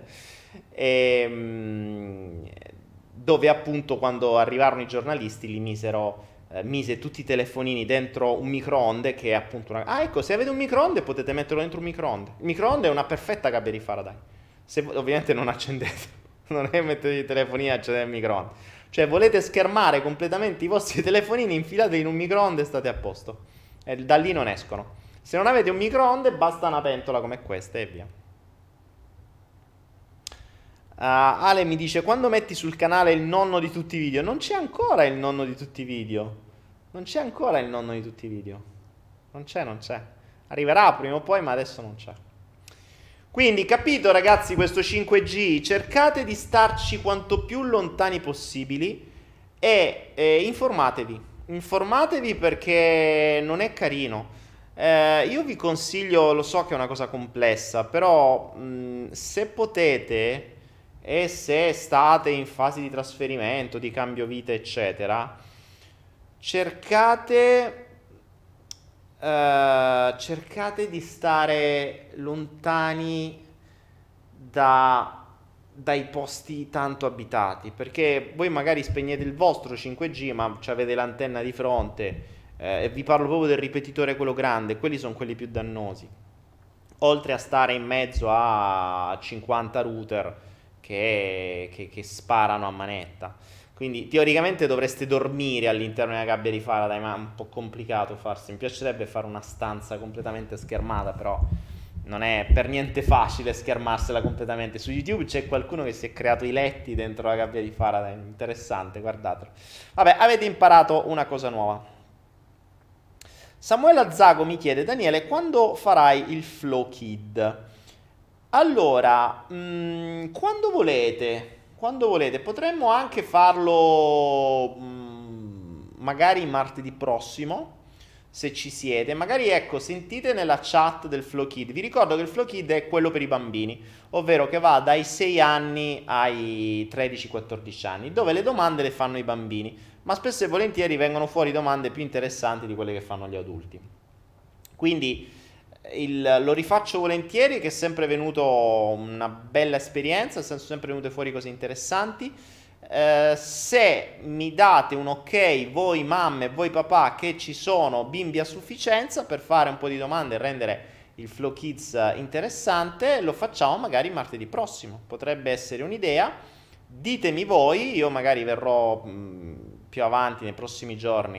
dove appunto quando arrivarono i giornalisti li mise tutti i telefonini dentro un microonde, che è appunto ecco, se avete un microonde potete metterlo dentro un microonde. Il microonde è una perfetta gabbia di Faraday, ovviamente non accendete. Non è che mettete i telefonini e accendete il microonde. Cioè volete schermare completamente i vostri telefonini, infilateli in un microonde e state a posto. E da lì non escono. Se non avete un microonde basta una pentola come questa e via. Ale mi dice: quando metti sul canale il nonno di tutti i video? Non c'è ancora il nonno di tutti i video. Non c'è ancora il nonno di tutti i video. Non c'è. Arriverà prima o poi, ma adesso non c'è. Quindi, capito ragazzi, questo 5G, cercate di starci quanto più lontani possibili e informatevi perché non è carino. Io vi consiglio, lo so che è una cosa complessa, però se potete e se state in fase di trasferimento, di cambio vita, eccetera, cercate di stare lontani dai posti tanto abitati, perché voi magari spegnete il vostro 5G ma avete l'antenna di fronte, e vi parlo proprio del ripetitore, quello grande, quelli sono quelli più dannosi, oltre a stare in mezzo a 50 router che sparano a manetta. Quindi teoricamente dovreste dormire all'interno della gabbia di Faraday, ma è un po' complicato farsi. Mi piacerebbe fare una stanza completamente schermata, però non è per niente facile schermarsela completamente. Su YouTube c'è qualcuno che si è creato i letti dentro la gabbia di Faraday, interessante, guardatelo. Vabbè, avete imparato una cosa nuova. Samuela Zago mi chiede: Daniele, quando farai il Flow Kid? Allora, quando volete, potremmo anche farlo magari martedì prossimo, se ci siete. Magari, ecco, sentite nella chat del Flow Kid. Vi ricordo che il Flow Kid è quello per i bambini, ovvero che va dai 6 anni ai 13-14 anni, dove le domande le fanno i bambini, ma spesso e volentieri vengono fuori domande più interessanti di quelle che fanno gli adulti. Quindi lo rifaccio volentieri, che è sempre venuto una bella esperienza, sono sempre venute fuori cose interessanti. Se mi date un ok, voi mamme e voi papà, che ci sono bimbi a sufficienza per fare un po' di domande e rendere il Flow Kids interessante, lo facciamo magari martedì prossimo, potrebbe essere un'idea. Ditemi voi, io magari verrò più avanti nei prossimi giorni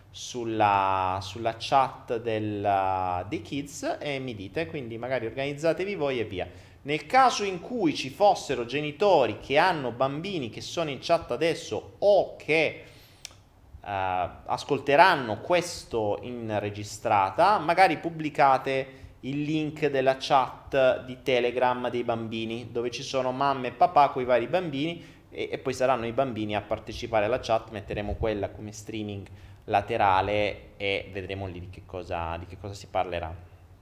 sulla chat dei kids e mi dite, quindi magari organizzatevi voi e via. Nel caso in cui ci fossero genitori che hanno bambini che sono in chat adesso o che ascolteranno questo in registrata, magari pubblicate il link della chat di Telegram dei bambini, dove ci sono mamma e papà con i vari bambini e poi saranno i bambini a partecipare alla chat, metteremo quella come streaming laterale e vedremo lì di che cosa si parlerà.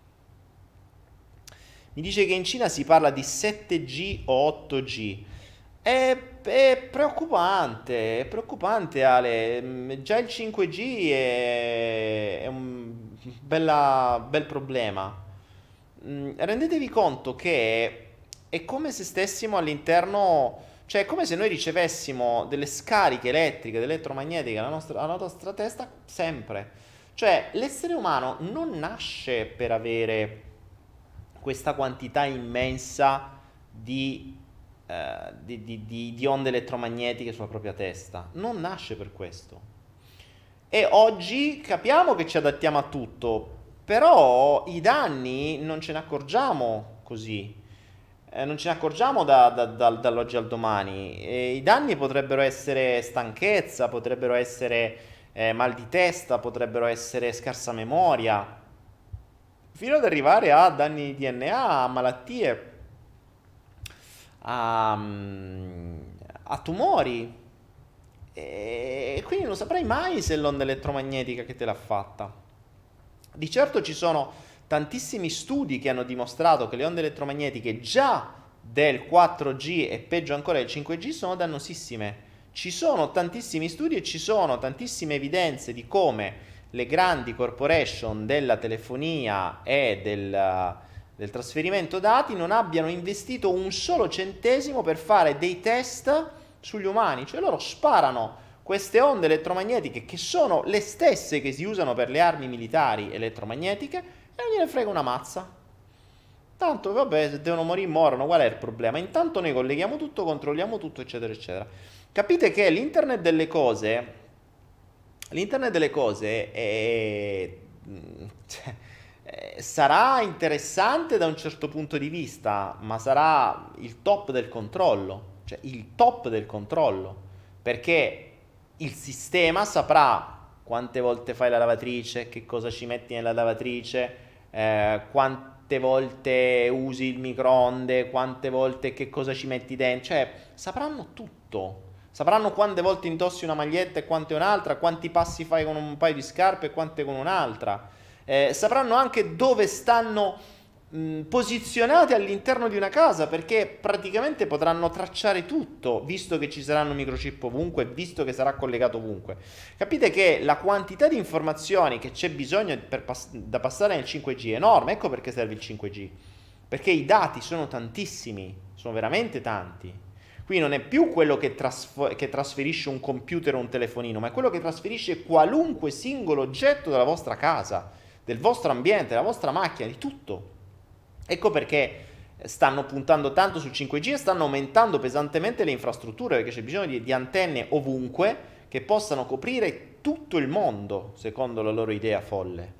Mi dice che in Cina si parla di 7G o 8G. È preoccupante Ale. Già il 5G è un bel problema. Rendetevi conto che è come se stessimo all'interno, cioè è come se noi ricevessimo delle scariche elettriche, elettromagnetiche alla nostra testa sempre. Cioè l'essere umano non nasce per avere questa quantità immensa di onde elettromagnetiche sulla propria testa. Non nasce per questo. E oggi capiamo che ci adattiamo a tutto, però i danni non ce ne accorgiamo così. Non ce ne accorgiamo dall'oggi al domani. E i danni potrebbero essere stanchezza, potrebbero essere mal di testa, potrebbero essere scarsa memoria, fino ad arrivare a danni di DNA, a malattie, a tumori. E quindi non saprai mai se è l'onda elettromagnetica che te l'ha fatta. Di certo ci sono tantissimi studi che hanno dimostrato che le onde elettromagnetiche già del 4G e peggio ancora del 5G sono dannosissime. Ci sono tantissimi studi e ci sono tantissime evidenze di come le grandi corporation della telefonia e del trasferimento dati non abbiano investito un solo centesimo per fare dei test sugli umani. Cioè loro sparano queste onde elettromagnetiche che sono le stesse che si usano per le armi militari elettromagnetiche e non gliene frega una mazza. Tanto vabbè, se devono morire morono, qual è il problema? Intanto noi colleghiamo tutto, controlliamo tutto, eccetera eccetera. Capite che l'internet delle cose sarà interessante da un certo punto di vista, ma sarà il top del controllo, cioè il top del controllo, perché il sistema saprà quante volte fai la lavatrice, che cosa ci metti nella lavatrice, quante volte usi il microonde, quante volte che cosa ci metti dentro, cioè sapranno tutto. Sapranno quante volte indossi una maglietta e quante un'altra, quanti passi fai con un paio di scarpe e quante con un'altra. Sapranno anche dove stanno posizionati all'interno di una casa, perché praticamente potranno tracciare tutto, visto che ci saranno microchip ovunque, visto che sarà collegato ovunque. Capite che la quantità di informazioni che c'è bisogno da passare nel 5G è enorme. Ecco perché serve il 5G, perché i dati sono tantissimi, sono veramente tanti. Qui non è più quello che trasferisce un computer o un telefonino, ma è quello che trasferisce qualunque singolo oggetto della vostra casa, del vostro ambiente, della vostra macchina, di tutto. Ecco perché stanno puntando tanto sul 5G e stanno aumentando pesantemente le infrastrutture, perché c'è bisogno di antenne ovunque che possano coprire tutto il mondo, secondo la loro idea folle.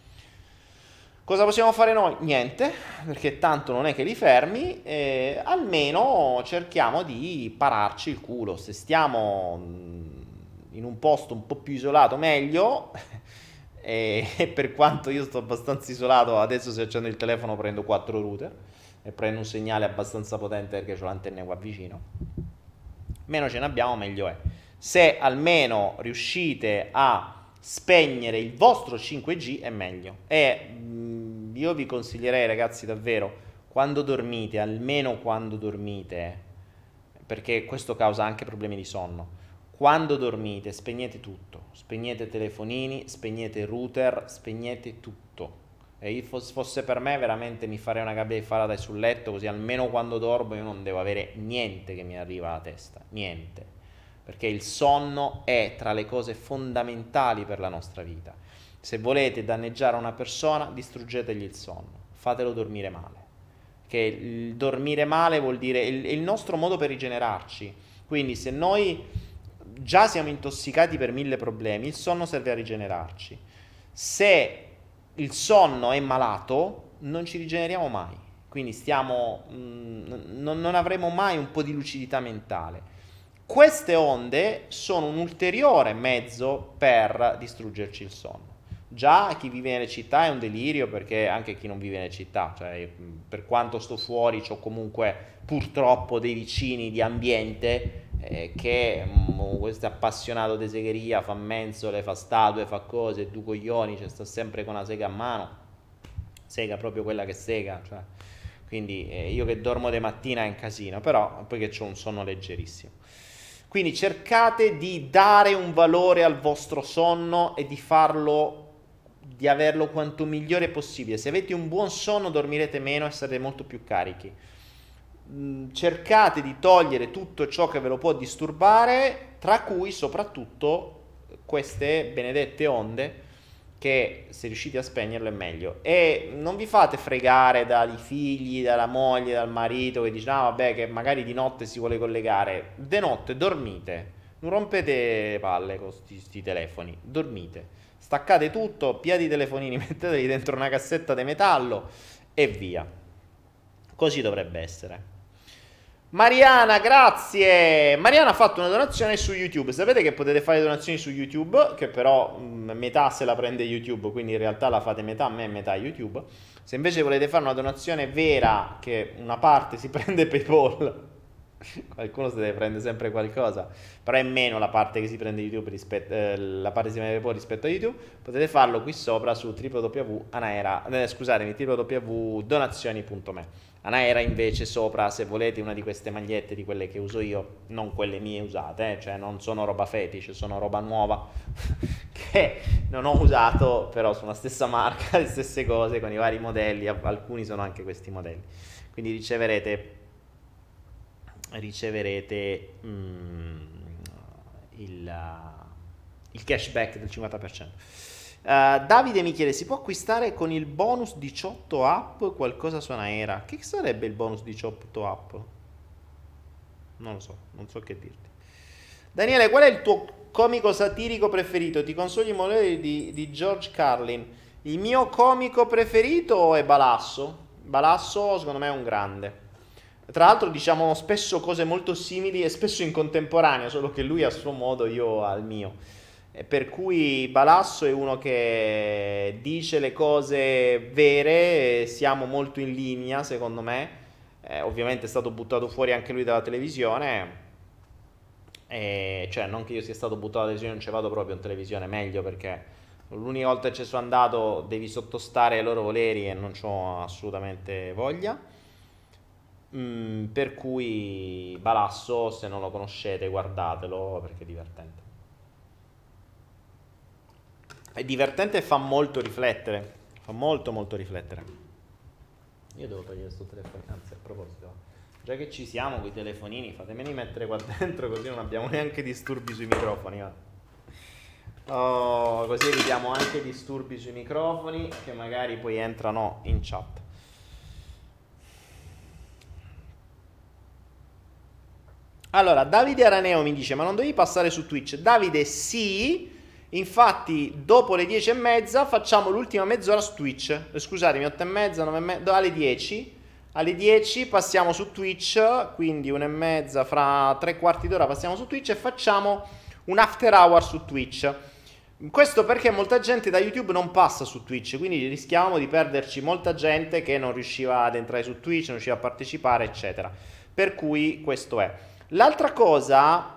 Cosa possiamo fare noi? Niente, perché tanto non è che li fermi, almeno cerchiamo di pararci il culo. Se stiamo in un posto un po' più isolato, meglio. E per quanto io sto abbastanza isolato, adesso se accendo il telefono prendo 4 router e prendo un segnale abbastanza potente perché ho l'antenna qua vicino. Meno ce ne abbiamo, meglio è. Se almeno riuscite a spegnere il vostro 5G è meglio. E io vi consiglierei, ragazzi, davvero, quando dormite, almeno quando dormite, perché questo causa anche problemi di sonno, quando dormite spegnete tutto, spegnete telefonini, spegnete router, spegnete tutto. E io fosse per me veramente mi farei una gabbia di Faraday sul letto, così almeno quando dormo io non devo avere niente che mi arriva alla testa, niente. Perché il sonno è tra le cose fondamentali per la nostra vita. Se volete danneggiare una persona, distruggetegli il sonno, fatelo dormire male. Che il dormire male vuol dire è il nostro modo per rigenerarci. Quindi se noi già siamo intossicati per 1000 problemi, il sonno serve a rigenerarci. Se il sonno è malato, non ci rigeneriamo mai. Quindi non avremo mai un po' di lucidità mentale. Queste onde sono un ulteriore mezzo per distruggerci il sonno. Già chi vive nelle città è un delirio, perché anche chi non vive nelle città, cioè per quanto sto fuori, ho comunque purtroppo dei vicini di ambiente che questo è appassionato di segheria, fa menzole, fa statue, fa cose, due coglioni, cioè sta sempre con una sega a mano, sega proprio quella che sega, cioè. Quindi io che dormo di mattina è un casino, però poi che ho un sonno leggerissimo. Quindi cercate di dare un valore al vostro sonno e di farlo, di averlo quanto migliore possibile. Se avete un buon sonno dormirete meno e sarete molto più carichi. Cercate di togliere tutto ciò che ve lo può disturbare, tra cui soprattutto queste benedette onde, che se riuscite a spegnerlo è meglio. E non vi fate fregare dai figli, dalla moglie, dal marito che dice: no, vabbè, che magari di notte si vuole collegare. De notte dormite, non rompete palle con sti telefoni, dormite, staccate tutto, piate i telefonini, metteteli dentro una cassetta di metallo e via. Così dovrebbe essere. Mariana, grazie. Mariana ha fatto una donazione su YouTube. Sapete che potete fare donazioni su YouTube, che però metà se la prende YouTube, quindi in realtà la fate metà a me e metà a YouTube. Se invece volete fare una donazione vera, che una parte si prende PayPal, qualcuno se deve prendere sempre qualcosa, però è meno la parte che si prende YouTube la parte che si prende PayPal rispetto a YouTube, potete farlo qui sopra su www.donazioni.me. Anaera invece sopra, se volete una di queste magliette, di quelle che uso io, non quelle mie usate, cioè non sono roba fetish, sono roba nuova che non ho usato, però sono la stessa marca, le stesse cose con i vari modelli, alcuni sono anche questi modelli, quindi riceverete il cashback del 50%. Davide mi chiede: si può acquistare con il bonus 18 app qualcosa su Anaera? Che sarebbe il bonus 18 app? Non lo so, non so che dirti. Daniele, qual è il tuo comico satirico preferito? Ti consiglio i modelli di George Carlin. Il mio comico preferito è Balasso. Balasso secondo me è un grande. Tra l'altro diciamo spesso cose molto simili e spesso in contemporanea, solo che lui a suo modo, io al mio. Per cui Balasso è uno che dice le cose vere, siamo molto in linea secondo me, ovviamente è stato buttato fuori anche lui dalla televisione, cioè non che io sia stato buttato dalla televisione, non ci vado proprio in televisione, meglio, perché l'unica volta che ci sono andato devi sottostare ai loro voleri e non c'ho assolutamente voglia. Per cui Balasso, se non lo conoscete, guardatelo perché è divertente. È divertente e fa molto riflettere. Fa molto molto riflettere. Io devo togliere sto telefonino. Anzi, a proposito, già che ci siamo con i telefonini, fatemeli mettere qua dentro, così non abbiamo neanche disturbi sui microfoni. Oh, così evitiamo anche disturbi sui microfoni che magari poi entrano in chat. Allora, Davide Araneo mi dice: ma non devi passare su Twitch? Davide, sì. Infatti dopo le 10:30 facciamo l'ultima mezz'ora su Twitch. Scusatemi, 8:30, 9:30, alle 10. Alle 10 passiamo su Twitch, quindi 1:30, fra 3/4 d'ora passiamo su Twitch e facciamo un after hour su Twitch. Questo perché molta gente da YouTube non passa su Twitch, quindi rischiamo di perderci molta gente che non riusciva ad entrare su Twitch, non riusciva a partecipare, eccetera. Per cui questo è. L'altra cosa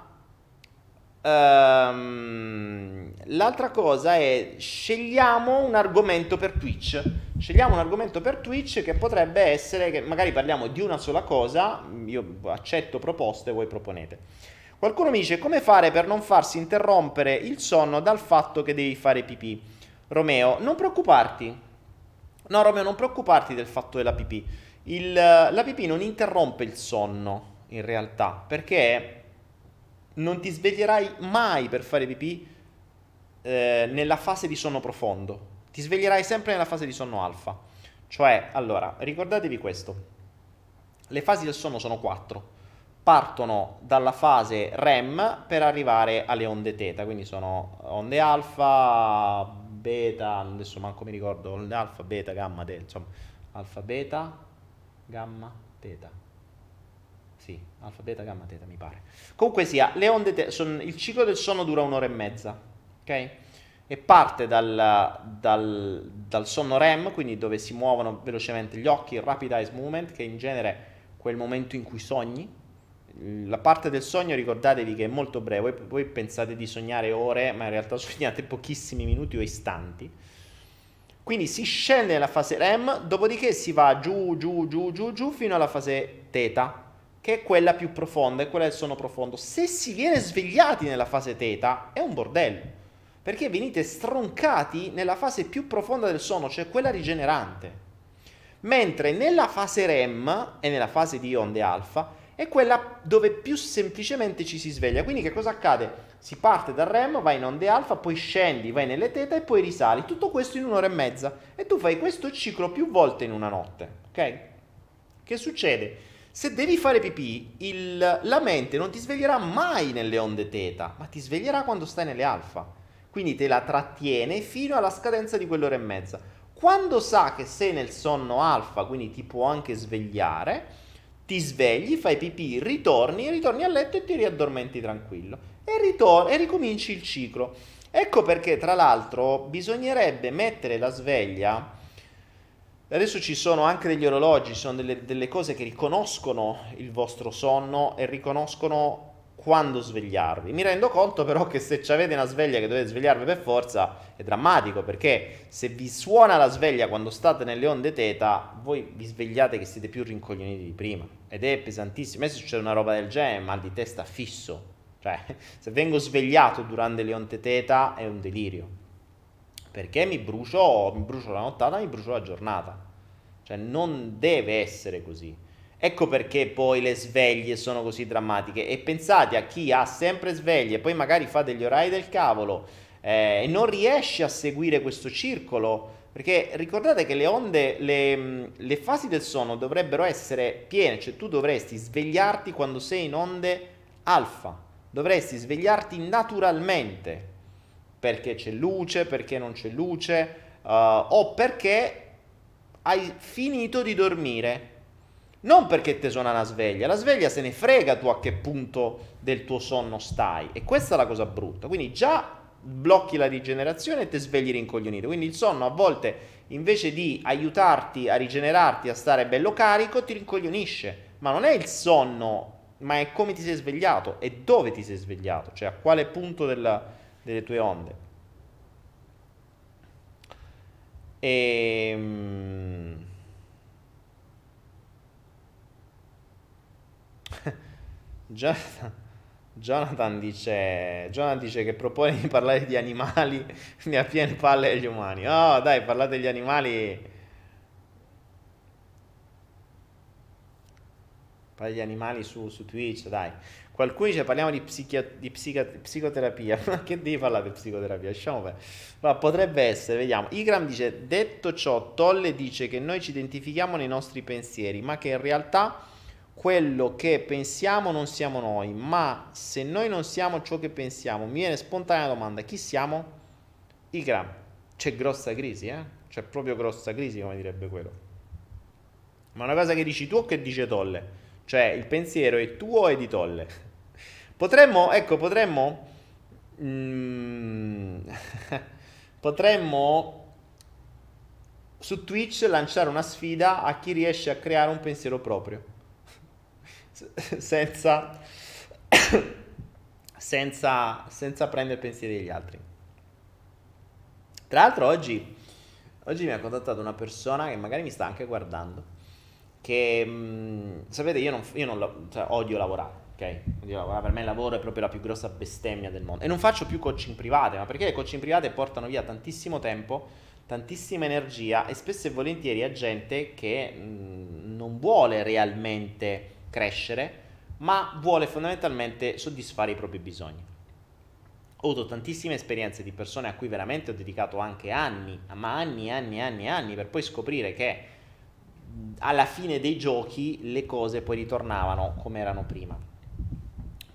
è: scegliamo un argomento per Twitch. Scegliamo un argomento per Twitch che potrebbe essere che magari parliamo di una sola cosa. Io accetto proposte, voi proponete. Qualcuno mi dice: come fare per non farsi interrompere il sonno dal fatto che devi fare pipì? Romeo, non preoccuparti. No, Romeo, non preoccuparti del fatto della pipì. La pipì non interrompe il sonno, in realtà, perché non ti sveglierai mai per fare pipì nella fase di sonno profondo. Ti sveglierai sempre nella fase di sonno alfa. Cioè, allora, ricordatevi questo. Le fasi del sonno sono 4. partono dalla fase REM per arrivare alle onde teta, quindi sono onde alfa, beta, adesso manco mi ricordo, onde alfa, beta, gamma, delta, insomma, alfa, beta, gamma, teta. Sì, alfa, beta, gamma, teta mi pare. Comunque sia, le onde il ciclo del sonno dura un'ora e mezza, ok? E parte dal sonno REM, quindi dove si muovono velocemente gli occhi, il rapid eye movement, che in genere è quel momento in cui sogni. La parte del sogno, ricordatevi che è molto breve, voi pensate di sognare ore, ma in realtà sognate pochissimi minuti o istanti. Quindi si scende nella fase REM, dopodiché si va giù, giù, giù, giù, giù fino alla fase teta, che è quella più profonda, è quella del sonno profondo. Se si viene svegliati nella fase teta, è un bordello, perché venite stroncati nella fase più profonda del sonno, cioè quella rigenerante. Mentre nella fase REM e nella fase di onde alfa è quella dove più semplicemente ci si sveglia. Quindi che cosa accade? Si parte dal REM, vai in onde alfa, poi scendi, vai nelle teta e poi risali. Tutto questo in un'ora e mezza. E tu fai questo ciclo più volte in una notte. Ok? Che succede? Se devi fare pipì, la mente non ti sveglierà mai nelle onde teta, ma ti sveglierà quando stai nelle alfa. Quindi te la trattiene fino alla scadenza di quell'ora e mezza. Quando sa che sei nel sonno alfa, quindi ti può anche svegliare, ti svegli, fai pipì, ritorni a letto e ti riaddormenti tranquillo. E ricominci il ciclo. Ecco perché, tra l'altro, bisognerebbe mettere la sveglia. Adesso ci sono anche degli orologi, ci sono delle cose che riconoscono il vostro sonno e riconoscono quando svegliarvi. Mi rendo conto però che se avete una sveglia che dovete svegliarvi per forza è drammatico, perché se vi suona la sveglia quando state nelle onde teta, voi vi svegliate che siete più rincoglioniti di prima ed è pesantissimo. A me se succede una roba del genere, mal di testa fisso, cioè se vengo svegliato durante le onde teta è un delirio, perché mi brucio la nottata, mi brucio la giornata, cioè non deve essere così. Ecco perché poi le sveglie sono così drammatiche. E pensate a chi ha sempre sveglie, poi magari fa degli orari del cavolo e non riesce a seguire questo circolo. Perché ricordate che le onde, le fasi del sonno dovrebbero essere piene, cioè tu dovresti svegliarti quando sei in onde alfa, dovresti svegliarti naturalmente, perché c'è luce, perché non c'è luce, o perché hai finito di dormire. Non perché te suona la sveglia se ne frega tu a che punto del tuo sonno stai. E questa è la cosa brutta. Quindi già blocchi la rigenerazione e ti svegli rincoglionito. Quindi il sonno a volte, invece di aiutarti a rigenerarti, a stare bello carico, ti rincoglionisce. Ma non è il sonno, ma è come ti sei svegliato e dove ti sei svegliato, cioè a quale punto delle tue onde. E... Jonathan, Jonathan dice che propone di parlare di animali, ne ha piene palle agli umani. Oh, dai, parlate degli animali. Parli di animali su Twitch, dai. Qualcuno dice parliamo di psicoterapia. Ma che devi parlare di psicoterapia? Lasciamo perdere. Ma potrebbe essere, vediamo. Igram dice, detto ciò, Tolle dice che noi ci identifichiamo nei nostri pensieri, ma che in realtà quello che pensiamo non siamo noi. Ma se noi non siamo ciò che pensiamo, mi viene spontanea la domanda, chi siamo? Igram, c'è grossa crisi, eh? C'è proprio grossa crisi, come direbbe quello. Ma una cosa che dici tu o che dice Tolle? Cioè, il pensiero è tuo o è di Tolle? Potremmo... potremmo su Twitch lanciare una sfida a chi riesce a creare un pensiero proprio. senza, senza prendere pensieri degli altri. Tra l'altro oggi mi ha contattato una persona che magari mi sta anche guardando, che sapete io non cioè, odio lavorare, ok? Odio lavorare, per me il lavoro è proprio la più grossa bestemmia del mondo e non faccio più coaching private, ma perché le coaching private portano via tantissimo tempo, tantissima energia e spesso e volentieri a gente che non vuole realmente crescere, ma vuole fondamentalmente soddisfare i propri bisogni. Ho avuto tantissime esperienze di persone a cui veramente ho dedicato anche anni, ma anni, per poi scoprire che alla fine dei giochi le cose poi ritornavano come erano prima.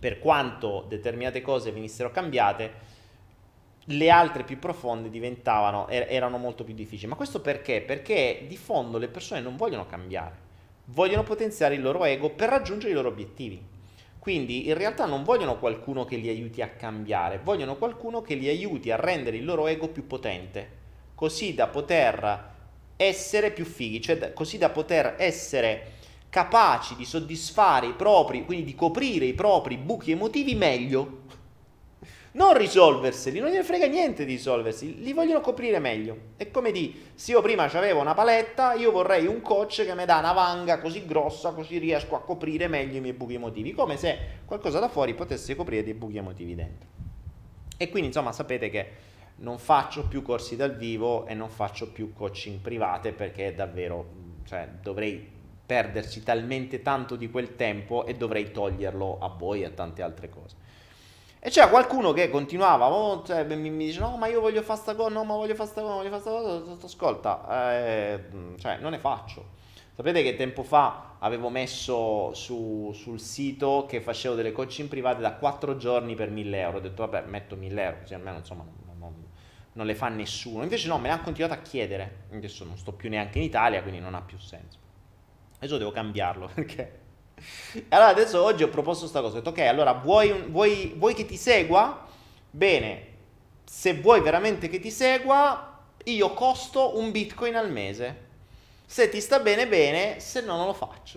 per quanto determinate cose venissero cambiate, le altre più profonde erano molto più difficili. Ma questo perché? Perché di fondo le persone non vogliono cambiare, vogliono potenziare il loro ego per raggiungere i loro obiettivi. Quindi in realtà non vogliono qualcuno che li aiuti a cambiare, vogliono qualcuno che li aiuti a rendere il loro ego più potente, così da poter essere più fighi, cioè così da poter essere capaci di soddisfare i propri, quindi di coprire i propri buchi emotivi meglio. Non risolverseli, non gliene frega niente di risolversi, li vogliono coprire meglio. È come di, se io prima avevo una paletta, io vorrei un coach che mi dà una vanga così grossa, così riesco a coprire meglio i miei buchi emotivi, come se qualcosa da fuori potesse coprire dei buchi emotivi dentro. E quindi insomma sapete che non faccio più corsi dal vivo e non faccio più coaching private, perché davvero, cioè, dovrei perderci talmente tanto di quel tempo e dovrei toglierlo a voi e a tante altre cose. E c'era qualcuno che continuava, cioè, mi dice no ma io voglio fare sta cosa, no ma voglio fare sta cosa, voglio fare sta cosa, ascolta, cioè non ne faccio. Sapete che tempo fa avevo messo sul sito che facevo delle coaching private da 4 giorni per 1.000 euro, ho detto vabbè metto 1.000 euro, così almeno insomma non le fa nessuno, invece no, me ne ha continuato a chiedere, adesso non sto più neanche in Italia quindi non ha più senso, adesso devo cambiarlo perché... Allora adesso oggi ho proposto sta cosa, ho detto ok, allora vuoi che ti segua? Bene, se vuoi veramente che ti segua, io costo un bitcoin al mese. Se ti sta bene bene, se no non lo faccio.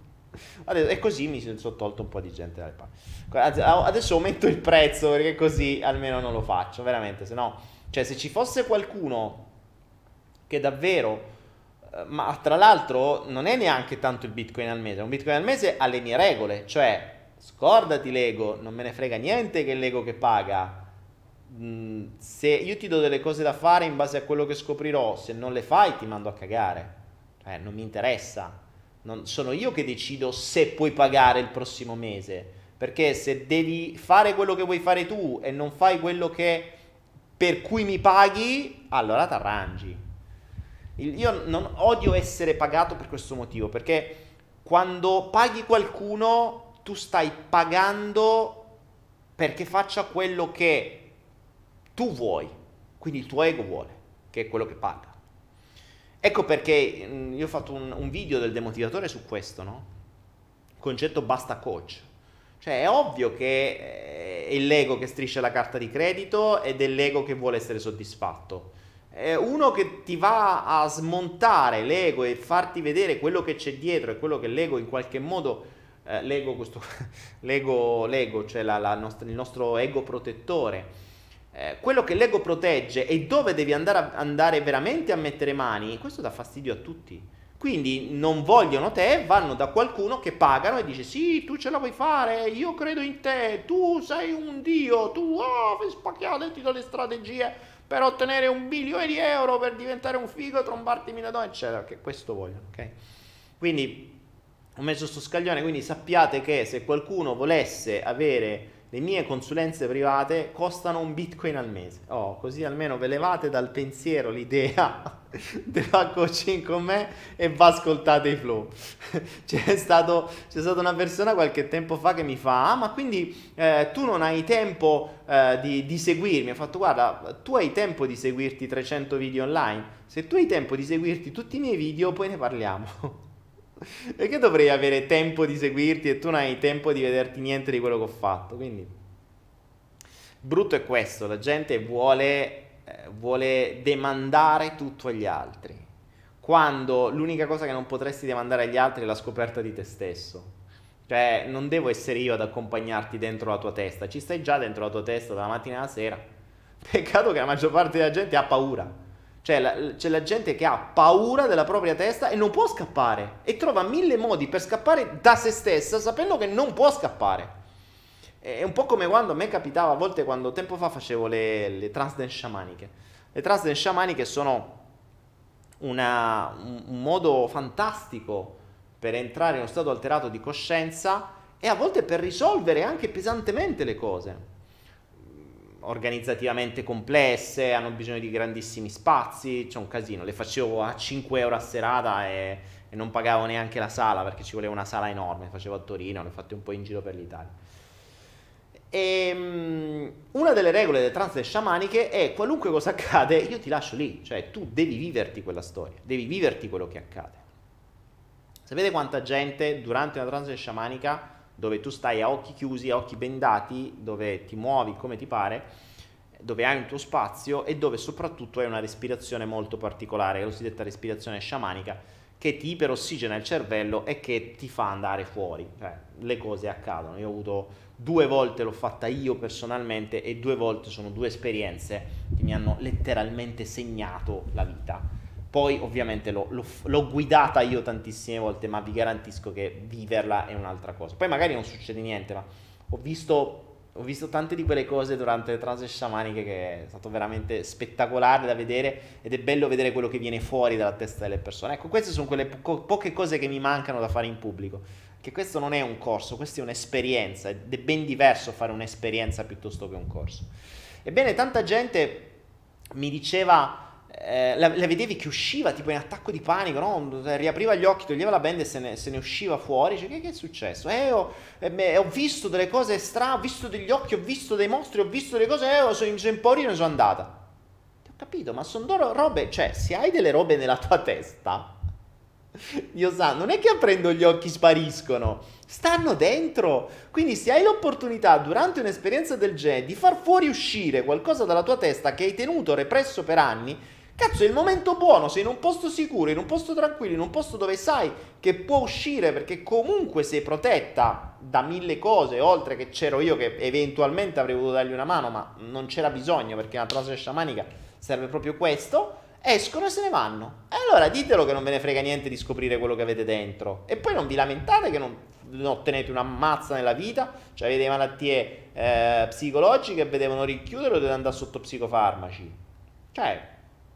E così mi sono tolto un po' di gente dalle palle. Adesso aumento il prezzo perché così almeno non lo faccio, veramente, se no, cioè se ci fosse qualcuno che davvero... Ma tra l'altro non è neanche tanto il bitcoin al mese, un bitcoin al mese ha le mie regole, cioè scordati l'ego, non me ne frega niente che è l'ego che paga. Se io ti do delle cose da fare in base a quello che scoprirò, se non le fai ti mando a cagare, cioè non mi interessa, sono io che decido se puoi pagare il prossimo mese, perché se devi fare quello che vuoi fare tu e non fai quello che per cui mi paghi, allora t'arrangi. Io non odio essere pagato per questo motivo, perché quando paghi qualcuno tu stai pagando perché faccia quello che tu vuoi, quindi il tuo ego vuole, che è quello che paga. Ecco perché io ho fatto un video del demotivatore su questo, no? Il concetto basta coach. Cioè è ovvio che è l'ego che striscia la carta di credito ed è l'ego che vuole essere soddisfatto. Uno che ti va a smontare l'ego e farti vedere quello che c'è dietro e quello che l'ego in qualche modo l'ego, cioè il nostro ego protettore, quello che l'ego protegge e dove devi andare veramente a mettere mani, questo dà fastidio a tutti. Quindi non vogliono te, vanno da qualcuno che pagano e dice sì, tu ce la puoi fare, io credo in te, tu sei un dio, tu fai spacchiate, ti do le strategie per ottenere 1 milione di euro, per diventare un figo, trombarti 1.000 donne, eccetera, che questo vogliono, ok? Quindi ho messo sto scaglione, quindi sappiate che se qualcuno volesse avere le mie consulenze private costano un bitcoin al mese. Così almeno ve levate dal pensiero l'idea di fare coaching con me e va ascoltate i flow. C'è stata una persona qualche tempo fa che mi fa ma quindi tu non hai tempo di seguirmi? Ho fatto guarda, tu hai tempo di seguirti 300 video online, se tu hai tempo di seguirti tutti i miei video poi ne parliamo. Perché dovrei avere tempo di seguirti e tu non hai tempo di vederti niente di quello che ho fatto? Quindi brutto è questo, la gente vuole demandare tutto agli altri, quando l'unica cosa che non potresti demandare agli altri è la scoperta di te stesso. Cioè non devo essere io ad accompagnarti dentro la tua testa, ci stai già dentro la tua testa dalla mattina alla sera. Peccato che la maggior parte della gente ha paura. Cioè c'è la gente che ha paura della propria testa e non può scappare e trova 1.000 modi per scappare da se stessa sapendo che non può scappare. È un po' come quando a me capitava a volte, quando tempo fa facevo le trance dance sciamaniche. Le trance dance sciamaniche sono un modo fantastico per entrare in uno stato alterato di coscienza e a volte per risolvere anche pesantemente le cose. Organizzativamente complesse, hanno bisogno di grandissimi spazi, c'è un casino. Le facevo a 5 euro a serata e non pagavo neanche la sala perché ci voleva una sala enorme. Facevo a Torino, le ho fatte un po' in giro per l'Italia. Una delle regole delle trance sciamaniche è qualunque cosa accade, io ti lascio lì, cioè tu devi viverti quella storia, devi viverti quello che accade. Sapete quanta gente durante una trance sciamanica, dove tu stai a occhi chiusi, a occhi bendati, dove ti muovi come ti pare, dove hai un tuo spazio e dove soprattutto hai una respirazione molto particolare, la cosiddetta respirazione sciamanica, che ti iperossigena il cervello e che ti fa andare fuori, cioè le cose accadono. Io ho avuto 2 volte, l'ho fatta io personalmente, e 2 volte sono 2 esperienze che mi hanno letteralmente segnato la vita. Poi ovviamente l'ho guidata io tantissime volte, ma vi garantisco che viverla è un'altra cosa. Poi magari non succede niente, ma ho visto tante di quelle cose durante le trance sciamaniche che è stato veramente spettacolare da vedere, ed è bello vedere quello che viene fuori dalla testa delle persone. Ecco, queste sono quelle poche cose che mi mancano da fare in pubblico, che questo non è un corso, questa è un'esperienza, ed è ben diverso fare un'esperienza piuttosto che un corso. Ebbene, tanta gente mi diceva, la vedevi che usciva tipo in attacco di panico, no? Riapriva gli occhi, toglieva la benda e se ne usciva fuori. Cioè, che è successo? Ho visto delle cose strane, ho visto degli occhi, ho visto dei mostri, ho visto delle cose, sono impaurito e ne sono andata. Ho capito, ma sono robe, cioè, se hai delle robe nella tua testa, Dio sa, non è che aprendo gli occhi spariscono, stanno dentro. Quindi se hai l'opportunità durante un'esperienza del genere di far fuoriuscire qualcosa dalla tua testa che hai tenuto represso per anni, cazzo, è il momento buono, sei in un posto sicuro, in un posto tranquillo, in un posto dove sai che può uscire, perché comunque sei protetta da 1000 cose, oltre che c'ero io che eventualmente avrei voluto dargli una mano, ma non c'era bisogno, perché una trance sciamanica serve proprio questo. Escono e se ne vanno. E allora ditelo che non ve ne frega niente di scoprire quello che avete dentro. E poi non vi lamentate che non ottenete una mazza nella vita, cioè avete malattie psicologiche e vi devono rinchiudere o dovete andare sotto psicofarmaci. Cioè,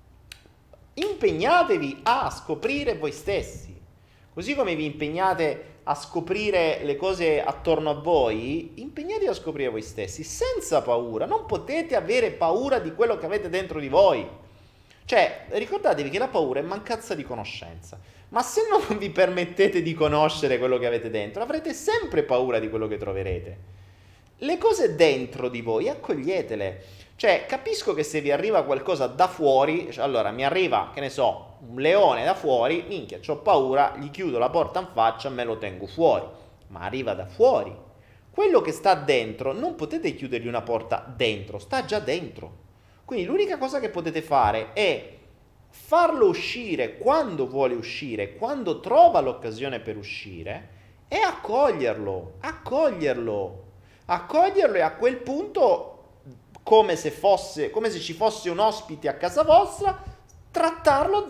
impegnatevi a scoprire voi stessi. Così come vi impegnate a scoprire le cose attorno a voi, impegnatevi a scoprire voi stessi, senza paura. Non potete avere paura di quello che avete dentro di voi. Cioè, ricordatevi che la paura è mancanza di conoscenza. Ma se non vi permettete di conoscere quello che avete dentro, avrete sempre paura di quello che troverete. Le cose dentro di voi, accoglietele. Cioè, capisco che se vi arriva qualcosa da fuori, cioè, allora mi arriva, che ne so, un leone da fuori, minchia, c'ho paura, gli chiudo la porta in faccia e me lo tengo fuori. Ma arriva da fuori. Quello che sta dentro, non potete chiudergli una porta dentro, sta già dentro. Quindi l'unica cosa che potete fare è farlo uscire quando vuole uscire, quando trova l'occasione per uscire, e accoglierlo e a quel punto, come se ci fosse un ospite a casa vostra, trattarlo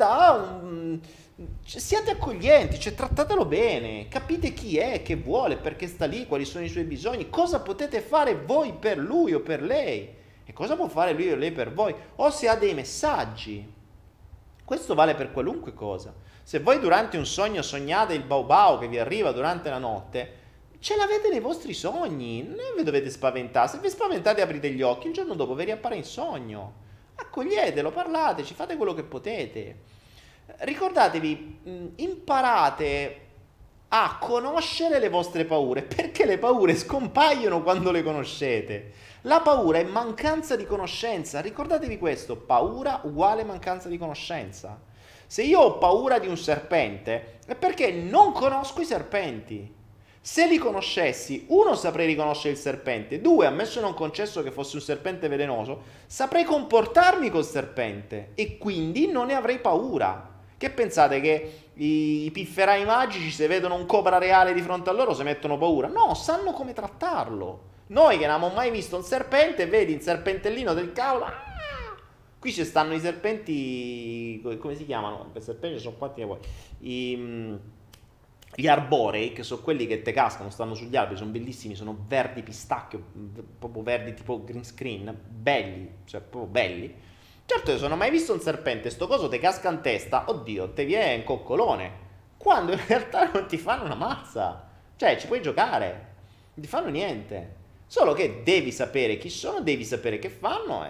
siate accoglienti, cioè trattatelo bene, capite chi è, che vuole, perché sta lì, quali sono i suoi bisogni, cosa potete fare voi per lui o per lei. E cosa può fare lui o lei per voi? O se ha dei messaggi. Questo vale per qualunque cosa. Se voi durante un sogno sognate il bau bau che vi arriva durante la notte, ce l'avete nei vostri sogni, non vi dovete spaventare. Se vi spaventate aprite gli occhi, il giorno dopo vi riappare in sogno. Accoglietelo, parlateci, fate quello che potete. Ricordatevi, imparate a conoscere le vostre paure, perché le paure scompaiono quando le conoscete. La paura è mancanza di conoscenza, ricordatevi questo, paura uguale mancanza di conoscenza. Se io ho paura di un serpente è perché non conosco i serpenti. Se li conoscessi, uno, saprei riconoscere il serpente, due, ammesso e non concesso che fosse un serpente velenoso, saprei comportarmi col serpente e quindi non ne avrei paura. Che pensate, che i pifferai magici, se vedono un cobra reale di fronte a loro, si mettono paura? No, sanno come trattarlo. Noi che non abbiamo mai visto un serpente, vedi il serpentellino del cavolo. Qui ci stanno i serpenti, come si chiamano? Per serpenti sono quanti ne vuoi? Gli arborei, che sono quelli che te cascano, stanno sugli alberi, sono bellissimi, sono verdi pistacchio, proprio verdi tipo green screen, belli, cioè proprio belli. Certo, se non ho mai visto un serpente, sto coso te casca in testa, oddio, te viene un coccolone. Quando in realtà non ti fanno una mazza. Cioè, ci puoi giocare, non ti fanno niente. Solo che devi sapere chi sono, devi sapere che fanno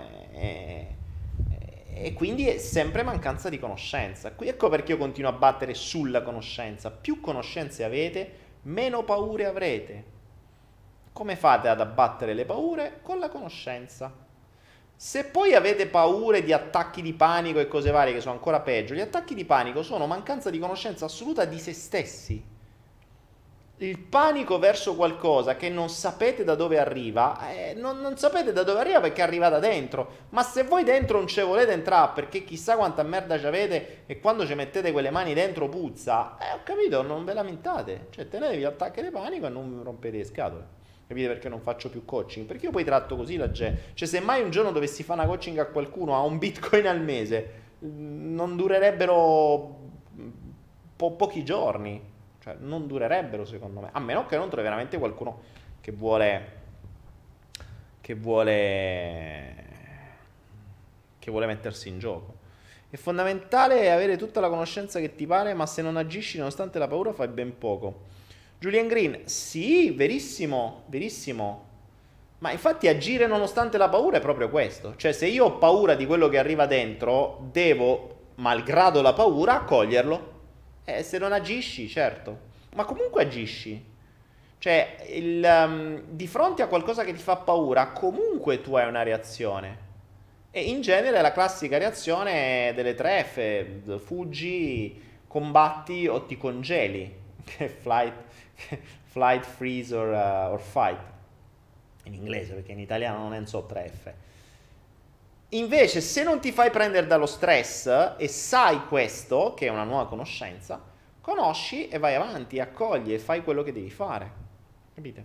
e quindi è sempre mancanza di conoscenza. Ecco perché io continuo a battere sulla conoscenza. Più conoscenze avete, meno paure avrete. Come fate ad abbattere le paure? Con la conoscenza. Se poi avete paure di attacchi di panico e cose varie che sono ancora peggio, gli attacchi di panico sono mancanza di conoscenza assoluta di se stessi. Il panico verso qualcosa che non sapete da dove arriva, non sapete da dove arriva perché arriva da dentro. Ma se voi dentro non ci volete entrare perché chissà quanta merda ci avete e quando ci mettete quelle mani dentro puzza, ho capito, non ve lamentate. Cioè tenetevi l'attacco di panico e non rompete le scatole. Capite perché non faccio più coaching? Perché io poi tratto così la gente. Cioè se mai un giorno dovessi fare una coaching a qualcuno a un bitcoin al mese, non durerebbero pochi giorni. Cioè, non durerebbero secondo me. A meno che non trovi veramente qualcuno che vuole. Che vuole. Che vuole mettersi in gioco. È fondamentale avere tutta la conoscenza che ti pare, ma se non agisci nonostante la paura fai ben poco. Julian Green, sì, verissimo, verissimo. Ma infatti agire nonostante la paura è proprio questo. Cioè, se io ho paura di quello che arriva dentro, devo, malgrado la paura, accoglierlo. Se non agisci, certo. Ma comunque agisci. Cioè, di fronte a qualcosa che ti fa paura, comunque tu hai una reazione. E in genere la classica reazione è delle tre F: fuggi, combatti o ti congeli. Che è flight, freeze or fight. In inglese, perché in italiano non è un so 3F. Invece, se non ti fai prendere dallo stress e sai questo, che è una nuova conoscenza, conosci e vai avanti, accogli e fai quello che devi fare. Capite?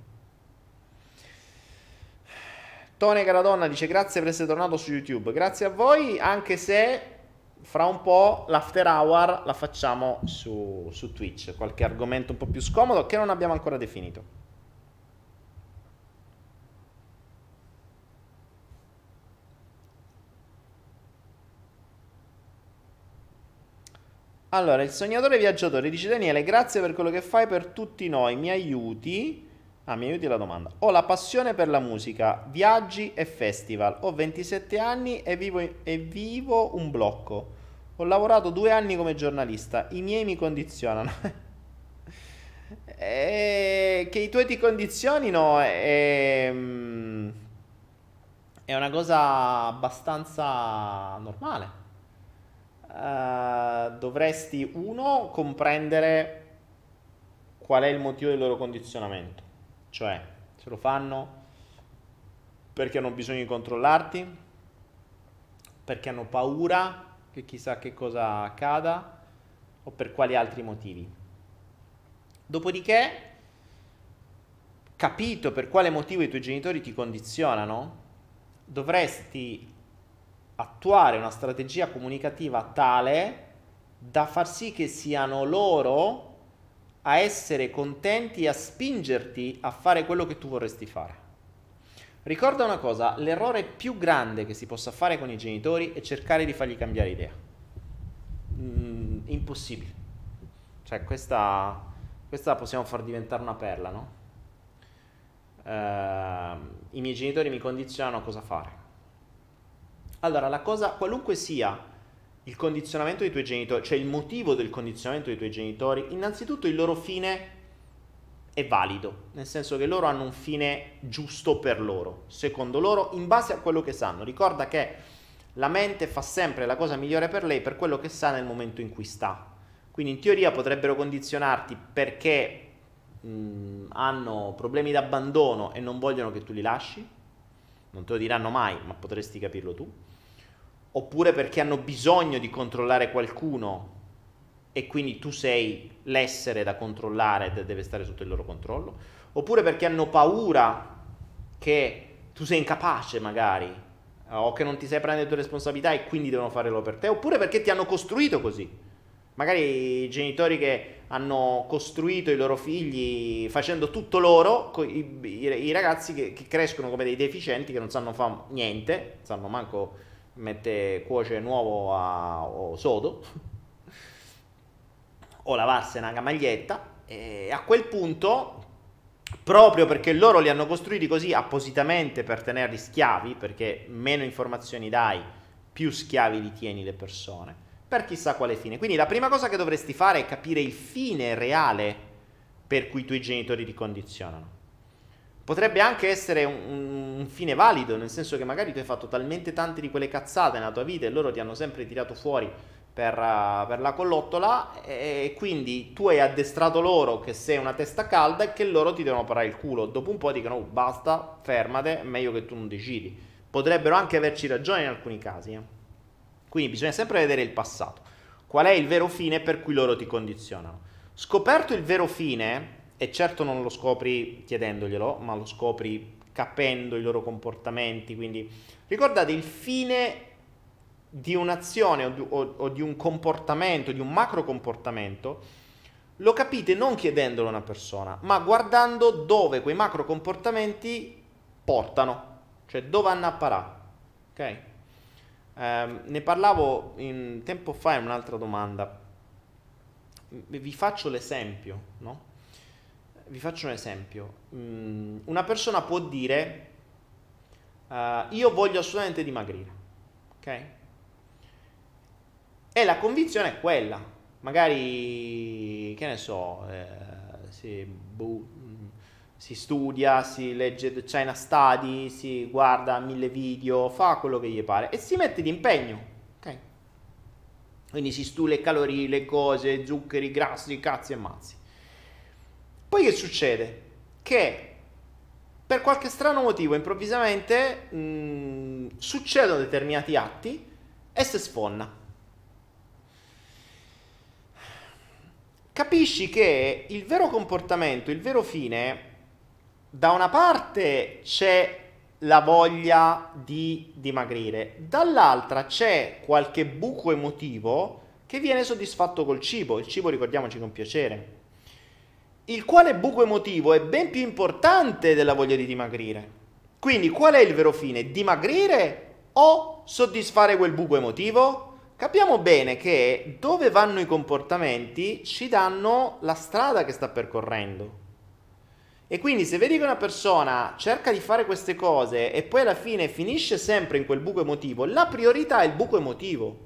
Tone Caradonna dice grazie per essere tornato su YouTube. Grazie a voi, anche se fra un po' l'after hour la facciamo su Twitch. Qualche argomento un po' più scomodo che non abbiamo ancora definito. Allora, il sognatore viaggiatore dice Daniele, grazie per quello che fai per tutti noi, mi aiuti? Mi aiuti la domanda. Ho la passione per la musica, viaggi e festival. Ho 27 anni e vivo un blocco. Ho lavorato 2 anni come giornalista, i miei mi condizionano. Che i tuoi ti condizionino è una cosa abbastanza normale. Dovresti comprendere qual è il motivo del loro condizionamento, cioè se lo fanno perché hanno bisogno di controllarti, perché hanno paura che chissà che cosa accada o per quali altri motivi. Dopodiché, capito per quale motivo i tuoi genitori ti condizionano, dovresti attuare una strategia comunicativa tale da far sì che siano loro a essere contenti e a spingerti a fare quello che tu vorresti fare. Ricorda una cosa, l'errore più grande che si possa fare con i genitori è cercare di fargli cambiare idea. Impossibile. Cioè questa possiamo far diventare una perla, no? I miei genitori mi condizionano a cosa fare. Allora, la cosa, qualunque sia il condizionamento dei tuoi genitori, cioè il motivo del condizionamento dei tuoi genitori, innanzitutto il loro fine è valido, nel senso che loro hanno un fine giusto per loro, secondo loro, in base a quello che sanno. Ricorda che la mente fa sempre la cosa migliore per lei, per quello che sa nel momento in cui sta. Quindi in teoria potrebbero condizionarti perché hanno problemi d'abbandono e non vogliono che tu li lasci, non te lo diranno mai, ma potresti capirlo tu. Oppure perché hanno bisogno di controllare qualcuno e quindi tu sei l'essere da controllare e deve stare sotto il loro controllo. Oppure perché hanno paura che tu sei incapace magari, o che non ti sai prendere le tue responsabilità e quindi devono farlo per te. Oppure perché ti hanno costruito così. Magari i genitori che hanno costruito i loro figli facendo tutto loro, i ragazzi che crescono come dei deficienti, che non sanno fare niente, sanno manco cuocere un uovo o sodo o lavarsi una maglietta, e a quel punto, proprio perché loro li hanno costruiti così appositamente per tenerli schiavi, perché meno informazioni dai, più schiavi li tieni le persone, per chissà quale fine. Quindi la prima cosa che dovresti fare è capire il fine reale per cui i tuoi genitori ti condizionano. Potrebbe anche essere un fine valido, nel senso che magari tu hai fatto talmente tante di quelle cazzate nella tua vita e loro ti hanno sempre tirato fuori per la collottola, e quindi tu hai addestrato loro che sei una testa calda e che loro ti devono parare il culo. Dopo un po' dicono: basta, fermate, è meglio che tu non decidi. Potrebbero anche averci ragione in alcuni casi. Quindi bisogna sempre vedere il passato. Qual è il vero fine per cui loro ti condizionano? Scoperto il vero fine, e certo non lo scopri chiedendoglielo, ma lo scopri capendo i loro comportamenti. Quindi ricordate, il fine di un'azione o di un comportamento, di un macro comportamento, lo capite non chiedendolo a una persona, ma guardando dove quei macro comportamenti portano, cioè dove vanno a parare. Ok? Ne parlavo tempo fa in un'altra domanda. Vi faccio l'esempio, no? Vi faccio un esempio. Una persona può dire: io voglio assolutamente dimagrire, ok? E la convinzione è quella. Magari, che ne so, si studia, si legge China Study, si guarda 1000 video, fa quello che gli pare e si mette di impegno, ok? Quindi si studia le calorie, le cose, zuccheri, grassi, cazzi e mazzi. Poi che succede? Che per qualche strano motivo improvvisamente succedono determinati atti e si sfonna. Capisci che il vero comportamento, il vero fine, da una parte c'è la voglia di dimagrire, dall'altra c'è qualche buco emotivo che viene soddisfatto col cibo. Il cibo, ricordiamoci, con piacere. Il quale buco emotivo è ben più importante della voglia di dimagrire. Quindi qual è il vero fine? Dimagrire o soddisfare quel buco emotivo? Capiamo bene che dove vanno i comportamenti ci danno la strada che sta percorrendo. E quindi se vedi che una persona cerca di fare queste cose e poi alla fine finisce sempre in quel buco emotivo, la priorità è il buco emotivo.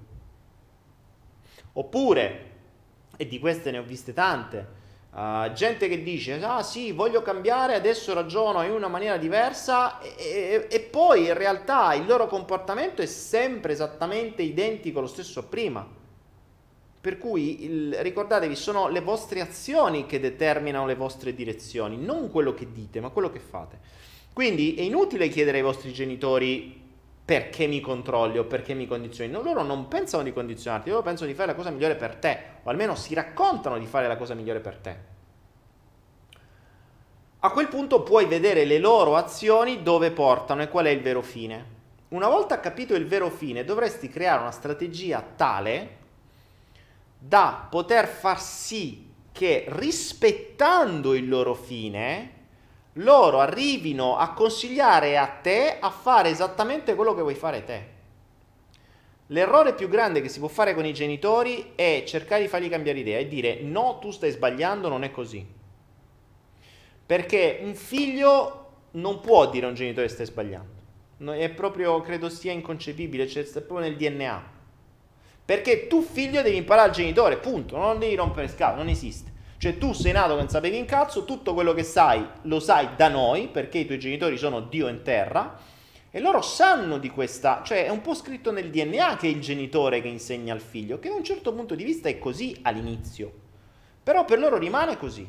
Oppure, e di queste ne ho viste tante, gente che dice: ah sì, voglio cambiare, adesso ragiono in una maniera diversa, e poi in realtà il loro comportamento è sempre esattamente identico allo stesso a prima. Per cui ricordatevi, sono le vostre azioni che determinano le vostre direzioni, non quello che dite, ma quello che fate. Quindi è inutile chiedere ai vostri genitori perché mi controlli o perché mi condizioni. No, loro non pensano di condizionarti, loro pensano di fare la cosa migliore per te, o almeno si raccontano di fare la cosa migliore per te. A quel punto puoi vedere le loro azioni dove portano e qual è il vero fine. Una volta capito il vero fine, dovresti creare una strategia tale da poter far sì che, rispettando il loro fine, loro arrivino a consigliare a te a fare esattamente quello che vuoi fare te. L'errore più grande che si può fare con i genitori è cercare di fargli cambiare idea e dire: no, tu stai sbagliando, non è così. Perché un figlio non può dire a un genitore: stai sbagliando. È proprio, credo sia inconcepibile, cioè sta proprio nel DNA. Perché tu figlio devi imparare al genitore, punto, non devi rompere scatole, non esiste. Cioè tu sei nato che non sapevi un cazzo, tutto quello che sai lo sai da noi, perché i tuoi genitori sono Dio in terra, e loro sanno di questa, cioè è un po' scritto nel DNA che è il genitore che insegna al figlio, che da un certo punto di vista è così all'inizio, però per loro rimane così.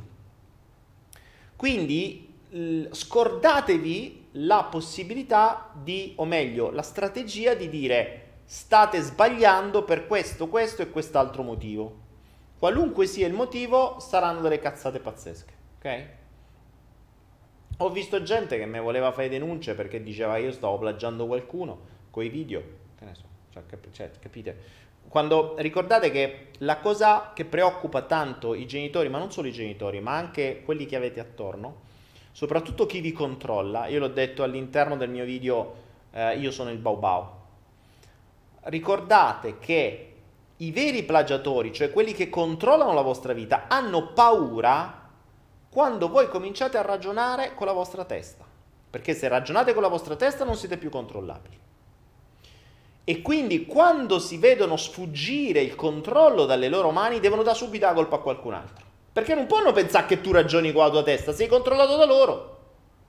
Quindi scordatevi la possibilità di, o meglio, la strategia di dire: state sbagliando per questo, questo e quest'altro motivo. Qualunque sia il motivo, saranno delle cazzate pazzesche, ok? Ho visto gente che mi voleva fare denunce perché diceva: io stavo plagiando qualcuno coi video, che ne so, cioè, capite? Quando ricordate che la cosa che preoccupa tanto i genitori, ma non solo i genitori, ma anche quelli che avete attorno, soprattutto chi vi controlla, io l'ho detto all'interno del mio video, io sono il Bau Bau. Ricordate che i veri plagiatori, cioè quelli che controllano la vostra vita, hanno paura quando voi cominciate a ragionare con la vostra testa. Perché se ragionate con la vostra testa non siete più controllabili. E quindi quando si vedono sfuggire il controllo dalle loro mani, devono dare subito la colpa a qualcun altro. Perché non possono pensare che tu ragioni con la tua testa, sei controllato da loro.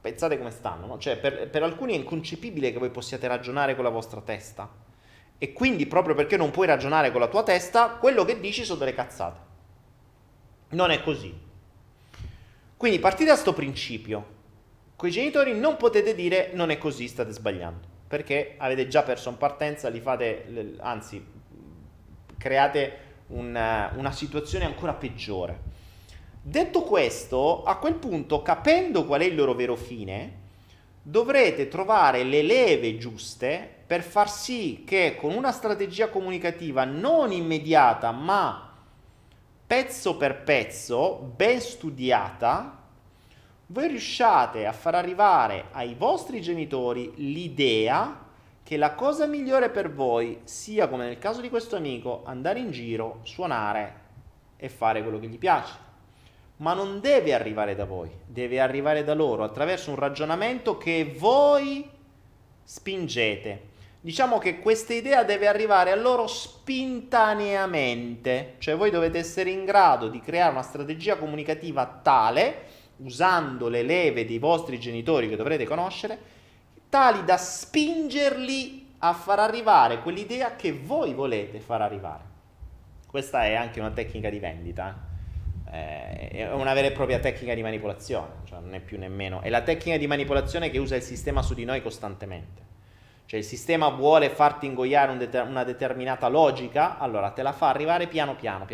pensate come stanno, no? Cioè per alcuni è inconcepibile che voi possiate ragionare con la vostra testa. E quindi proprio perché non puoi ragionare con la tua testa, quello che dici sono delle cazzate. Non è così. Quindi partite da sto principio. Con i genitori non potete dire non è così, state sbagliando. Perché avete già perso in partenza, anzi, create una situazione ancora peggiore. Detto questo, a quel punto, capendo qual è il loro vero fine, dovrete trovare le leve giuste per far sì che con una strategia comunicativa non immediata, ma pezzo per pezzo, ben studiata, voi riusciate a far arrivare ai vostri genitori l'idea che la cosa migliore per voi sia, come nel caso di questo amico, andare in giro, suonare e fare quello che gli piace. Ma non deve arrivare da voi, deve arrivare da loro attraverso un ragionamento che voi spingete. Diciamo che questa idea deve arrivare a loro spintaneamente, cioè voi dovete essere in grado di creare una strategia comunicativa tale, usando le leve dei vostri genitori che dovrete conoscere, tali da spingerli a far arrivare quell'idea che voi volete far arrivare. Questa è anche una tecnica di vendita, è una vera e propria tecnica di manipolazione, cioè non è più nemmeno, è la tecnica di manipolazione che usa il sistema su di noi costantemente. Cioè il sistema vuole farti ingoiare una determinata logica, allora te la fa arrivare piano piano,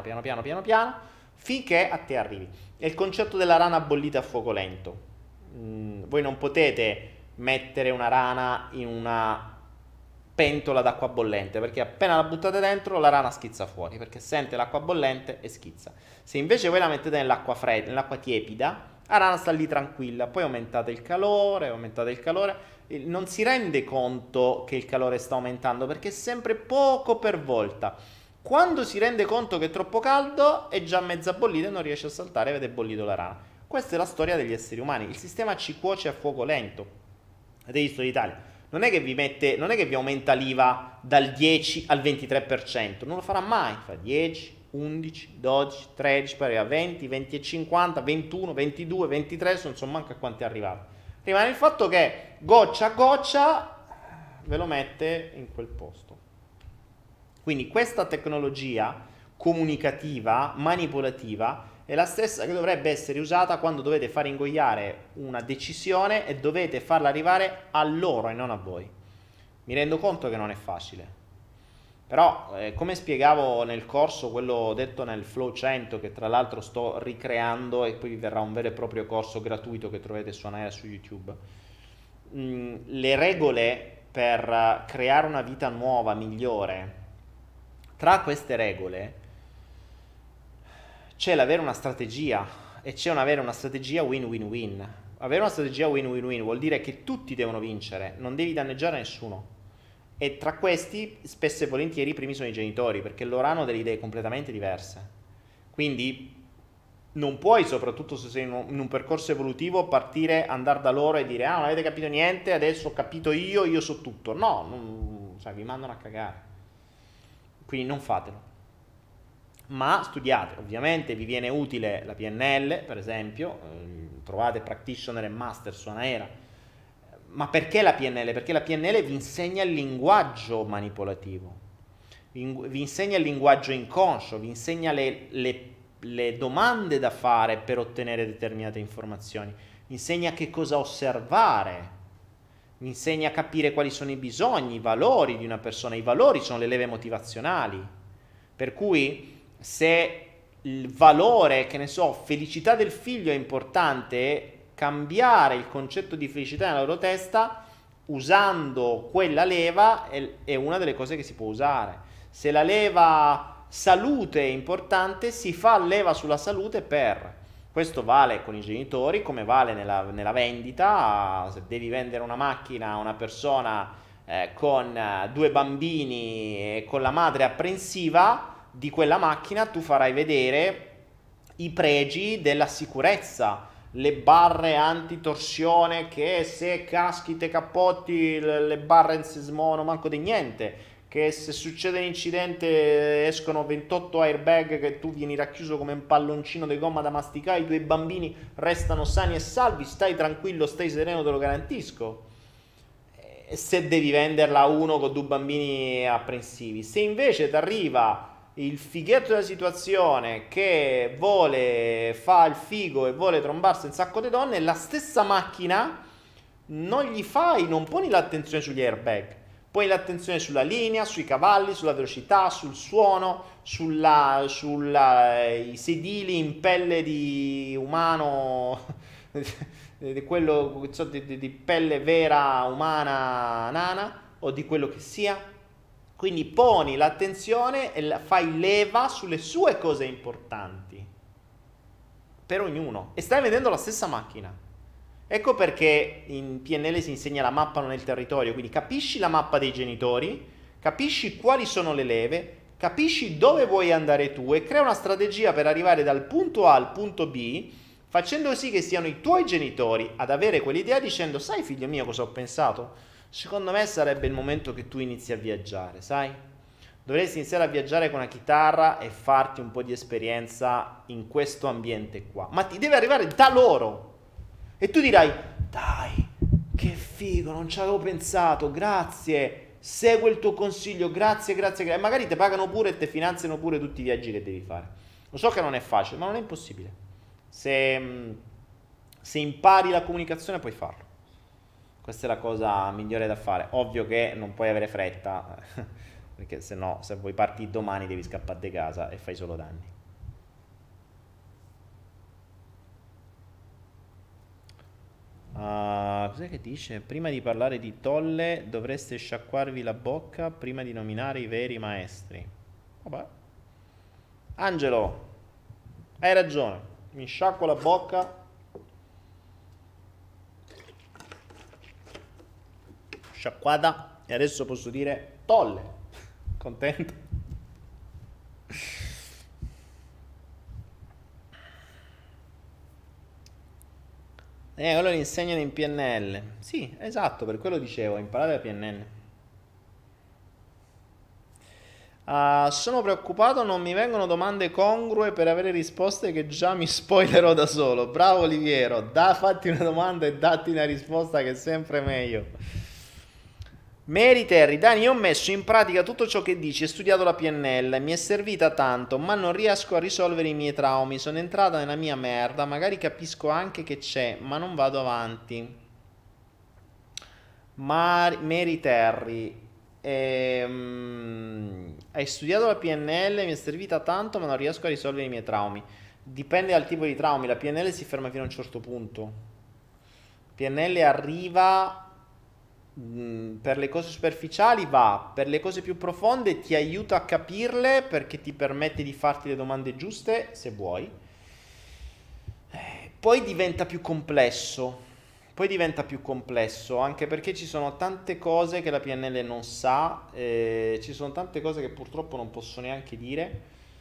finché a te arrivi. È il concetto della rana bollita a fuoco lento. Voi non potete mettere una rana in una pentola d'acqua bollente, perché appena la buttate dentro la rana schizza fuori, perché sente l'acqua bollente e schizza. Se invece voi la mettete nell'acqua fredda, nell'acqua tiepida, la rana sta lì tranquilla, poi aumentate il calore, non si rende conto che il calore sta aumentando, perché è sempre poco per volta. Quando si rende conto che è troppo caldo, è già mezza bollita e non riesce a saltare e vede bollito la rana. Questa è la storia degli esseri umani. Il sistema ci cuoce a fuoco lento. Avete visto l'Italia? Non è che vi aumenta l'IVA dal 10 al 23%, non lo farà mai, fa 10, 11, 12, 13, poi arriva 20, 20 e 50, 21, 22, 23, non so manco a quanto è arrivato. Rimane il fatto che goccia a goccia ve lo mette in quel posto. Quindi questa tecnologia comunicativa, manipolativa, è la stessa che dovrebbe essere usata quando dovete far ingoiare una decisione e dovete farla arrivare a loro e non a voi. Mi rendo conto che non è facile, però come spiegavo nel corso, quello detto nel Flow 100, che tra l'altro sto ricreando e poi vi verrà un vero e proprio corso gratuito che trovate su Anaera su YouTube, le regole per creare una vita nuova, migliore, tra queste regole c'è l'avere una strategia e c'è avere una strategia win-win-win. Avere una strategia win-win-win vuol dire che tutti devono vincere, non devi danneggiare nessuno. E tra questi, spesso e volentieri, i primi sono i genitori, perché loro hanno delle idee completamente diverse. Quindi non puoi, soprattutto se sei in un percorso evolutivo, andare da loro e dire non avete capito niente, adesso ho capito io so tutto. No, vi mandano a cagare. Quindi non fatelo. Ma studiate, ovviamente vi viene utile la PNL, per esempio, trovate practitioner e master su Anaera. Ma perché la PNL? Perché la PNL vi insegna il linguaggio manipolativo, vi insegna il linguaggio inconscio, vi insegna le domande da fare per ottenere determinate informazioni, vi insegna che cosa osservare, vi insegna a capire quali sono i bisogni, i valori di una persona. I valori sono le leve motivazionali, per cui se il valore, felicità del figlio è importante, cambiare il concetto di felicità nella loro testa usando quella leva è una delle cose che si può usare. Se la leva salute è importante, si fa leva sulla salute questo vale con i genitori come vale nella vendita. Se devi vendere una macchina a una persona con 2 bambini e con la madre apprensiva di quella macchina, tu farai vedere i pregi della sicurezza, le barre antitorsione che se caschi te cappotti le barre non si smuovono manco di niente, che se succede un incidente escono 28 airbag, che tu vieni racchiuso come un palloncino di gomma da masticare, i tuoi bambini restano sani e salvi, stai tranquillo, stai sereno, te lo garantisco. Se devi venderla a uno con due bambini apprensivi. Se invece ti arriva il fighetto della situazione che fa il figo e vuole trombarsi un sacco di donne, la stessa macchina non poni l'attenzione sugli airbag, poni l'attenzione sulla linea, sui cavalli, sulla velocità, sul suono, i sedili in pelle di umano, di quello di pelle vera umana nana o di quello che sia. Quindi poni l'attenzione e fai leva sulle sue cose importanti per ognuno e stai vedendo la stessa macchina. Ecco perché in PNL si insegna la mappa non il territorio, quindi capisci la mappa dei genitori, capisci quali sono le leve, capisci dove vuoi andare tu e crea una strategia per arrivare dal punto A al punto B, facendo sì che siano i tuoi genitori ad avere quell'idea dicendo: sai figlio mio cosa ho pensato? Secondo me sarebbe il momento che tu inizi a viaggiare, sai? Dovresti iniziare a viaggiare con una chitarra e farti un po' di esperienza in questo ambiente qua. Ma ti deve arrivare da loro. E tu dirai: dai, che figo, non ci avevo pensato, grazie, segui il tuo consiglio, grazie. E magari ti pagano pure e ti finanziano pure tutti i viaggi che devi fare. Lo so che non è facile, ma non è impossibile. Se impari la comunicazione puoi farlo. Questa è la cosa migliore da fare. Ovvio che non puoi avere fretta, perché se no, se vuoi partire domani devi scappare di casa e fai solo danni. Cos'è che dice? Prima di parlare di tolle dovreste sciacquarvi la bocca prima di nominare i veri maestri. Vabbè. Angelo, hai ragione. Mi sciacquo la bocca. Sciacquata e adesso posso dire tolle. Contento? Quello li insegnano in PNL. Sì, esatto, per quello dicevo, imparare la PNL. Sono preoccupato, non mi vengono domande congrue per avere risposte che già mi spoilerò da solo. Bravo Oliviero, fatti una domanda e datti una risposta che è sempre meglio. Mary Terry, Dani, io ho messo in pratica tutto ciò che dici, ho studiato la PNL, mi è servita tanto, ma non riesco a risolvere i miei traumi, sono entrata nella mia merda, magari capisco anche che c'è, ma non vado avanti. Mary Terry, hai studiato la PNL, mi è servita tanto, ma non riesco a risolvere i miei traumi. Dipende dal tipo di traumi, la PNL si ferma fino a un certo punto. PNL arriva... per le cose superficiali va, per le cose più profonde ti aiuta a capirle perché ti permette di farti le domande giuste se vuoi. Poi diventa più complesso. Anche perché ci sono tante cose che la PNL non sa, ci sono tante cose che purtroppo non posso neanche dire,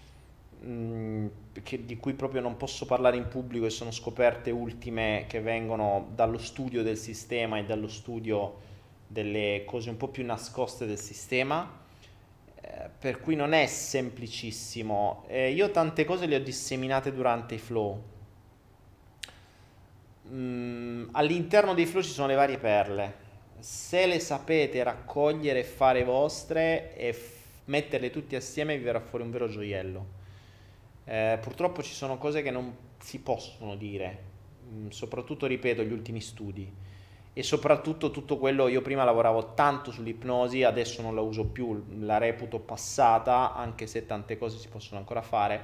di cui proprio non posso parlare in pubblico e sono scoperte ultime che vengono dallo studio del sistema e dallo studio delle cose un po' più nascoste del sistema, per cui non è semplicissimo. Io tante cose le ho disseminate durante i flow. All'interno dei flow ci sono le varie perle. Se le sapete raccogliere e fare vostre e metterle tutte assieme vi verrà fuori un vero gioiello. Purtroppo ci sono cose che non si possono dire, soprattutto, ripeto, gli ultimi studi. E soprattutto tutto quello, io prima lavoravo tanto sull'ipnosi, adesso non la uso più, la reputo passata, anche se tante cose si possono ancora fare,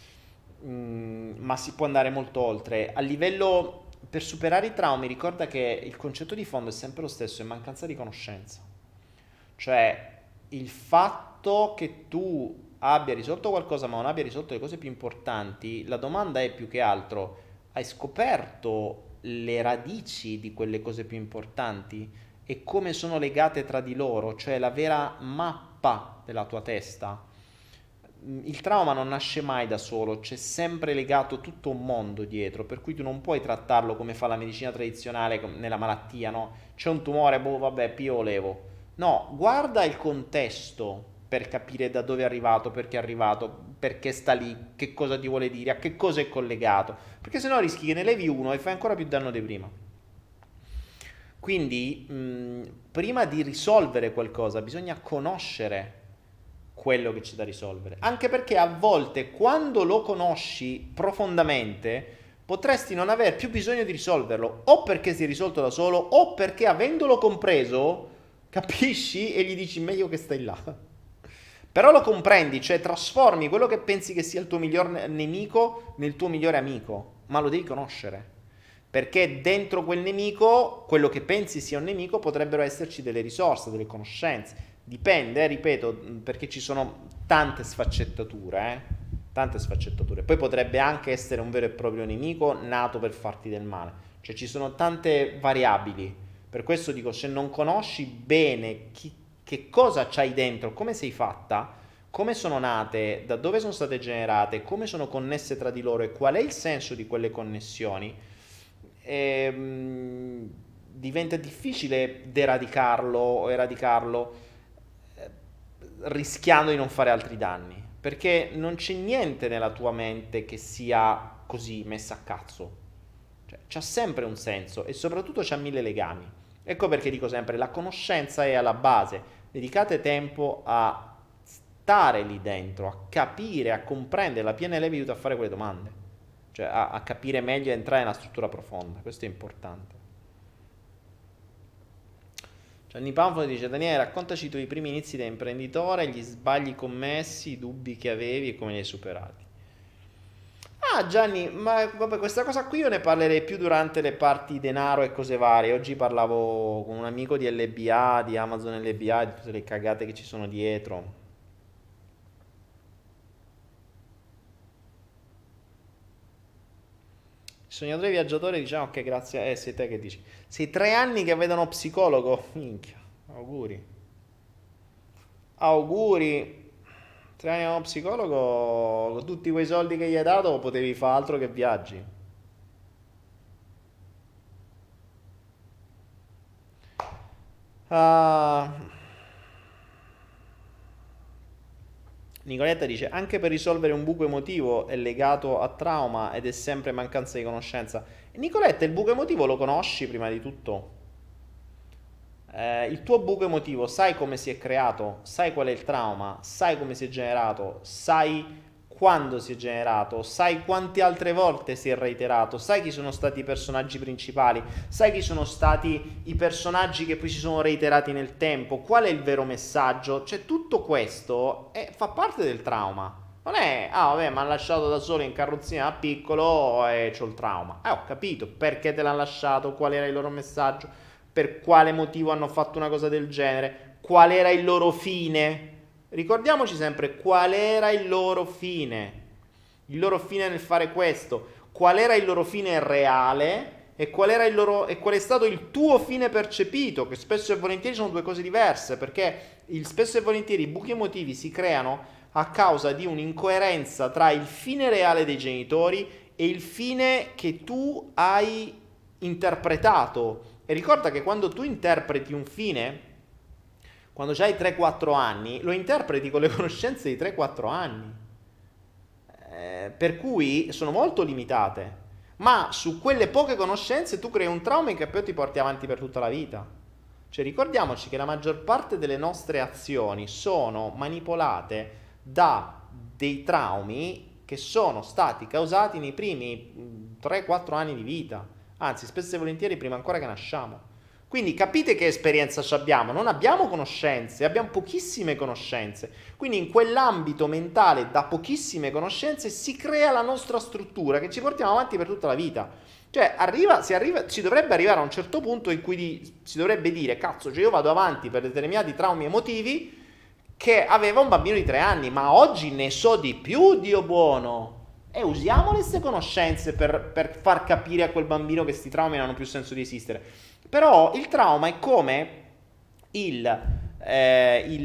ma si può andare molto oltre. A livello, per superare i traumi, ricorda che il concetto di fondo è sempre lo stesso, è mancanza di conoscenza. Cioè, il fatto che tu abbia risolto qualcosa ma non abbia risolto le cose più importanti, la domanda è più che altro: hai scoperto le radici di quelle cose più importanti e come sono legate tra di loro, cioè la vera mappa della tua testa? Il trauma non nasce mai da solo, c'è sempre legato tutto un mondo dietro, per cui tu non puoi trattarlo come fa la medicina tradizionale nella malattia, no? C'è un tumore, boh, vabbè, pio o levo. No, guarda il contesto per capire da dove è arrivato, perché sta lì, che cosa ti vuole dire, a che cosa è collegato, perché sennò rischi che ne levi uno e fai ancora più danno di prima. Quindi, prima di risolvere qualcosa, bisogna conoscere quello che c'è da risolvere. Anche perché a volte, quando lo conosci profondamente, potresti non aver più bisogno di risolverlo, o perché si è risolto da solo, o perché avendolo compreso, capisci e gli dici meglio che stai là. Però lo comprendi, cioè trasformi quello che pensi che sia il tuo miglior nemico nel tuo migliore amico, ma lo devi conoscere. Perché dentro quel nemico, quello che pensi sia un nemico, potrebbero esserci delle risorse, delle conoscenze. Dipende, ripeto, perché ci sono tante sfaccettature, tante sfaccettature. Poi potrebbe anche essere un vero e proprio nemico nato per farti del male. Cioè ci sono tante variabili. Per questo dico, se non conosci bene che cosa c'hai dentro, come sei fatta, come sono nate, da dove sono state generate, come sono connesse tra di loro e qual è il senso di quelle connessioni, diventa difficile deradicarlo o eradicarlo rischiando di non fare altri danni, perché non c'è niente nella tua mente che sia così messa a cazzo, cioè, c'ha sempre un senso e soprattutto c'ha mille legami. Ecco perché dico sempre, la conoscenza è alla base, dedicate tempo a stare lì dentro, a capire, a comprendere, la PNL vi aiuta a fare quelle domande, cioè a capire meglio e entrare nella struttura profonda, questo è importante. Gianni Panfilo dice: Daniele, raccontaci i tuoi primi inizi da imprenditore, gli sbagli commessi, i dubbi che avevi e come li hai superati. Ah Gianni, ma vabbè, questa cosa qui io ne parlerei più durante le parti denaro e cose varie. Oggi parlavo con un amico di LBA, di Amazon LBA, di tutte le cagate che ci sono dietro. Il sognatore viaggiatore, diciamo che grazie, sei te che dici. Sei 3 anni che vedo uno psicologo? Minchia, auguri. Auguri. 3 anni a uno psicologo, con tutti quei soldi che gli hai dato, potevi fare altro che viaggi. Ah, Nicoletta dice, anche per risolvere un buco emotivo è legato a trauma ed è sempre mancanza di conoscenza. Nicoletta, il buco emotivo lo conosci prima di tutto? Il tuo buco emotivo, sai come si è creato, sai qual è il trauma, sai come si è generato, sai quando si è generato, sai quante altre volte si è reiterato, sai chi sono stati i personaggi principali, sai chi sono stati i personaggi che poi si sono reiterati nel tempo, qual è il vero messaggio, cioè tutto questo fa parte del trauma. Non è, ah vabbè, mi hanno lasciato da solo in carrozzina da piccolo e c'ho il trauma. Ho capito perché te l'hanno lasciato, qual era il loro messaggio, per quale motivo hanno fatto una cosa del genere, qual era il loro fine. Ricordiamoci sempre qual era il loro fine nel fare questo, qual era il loro fine reale e qual è stato il tuo fine percepito, che spesso e volentieri sono due cose diverse, perché spesso e volentieri i buchi emotivi si creano a causa di un'incoerenza tra il fine reale dei genitori e il fine che tu hai interpretato. E ricorda che quando tu interpreti un fine, quando hai 3-4 anni, lo interpreti con le conoscenze di 3-4 anni. Per cui sono molto limitate. Ma su quelle poche conoscenze tu crei un trauma che poi ti porti avanti per tutta la vita. Cioè ricordiamoci che la maggior parte delle nostre azioni sono manipolate da dei traumi che sono stati causati nei primi 3-4 anni di vita. Anzi, spesso e volentieri prima ancora che nasciamo. Quindi capite che esperienza ci abbiamo? Non abbiamo conoscenze, abbiamo pochissime conoscenze. Quindi in quell'ambito mentale da pochissime conoscenze si crea la nostra struttura che ci portiamo avanti per tutta la vita. Cioè si dovrebbe arrivare a un certo punto in cui si dovrebbe dire, cazzo, cioè io vado avanti per determinati traumi emotivi che aveva un bambino di 3 anni, ma oggi ne so di più, Dio buono. E usiamo queste conoscenze per far capire a quel bambino che questi traumi non hanno più senso di esistere. Però il trauma è come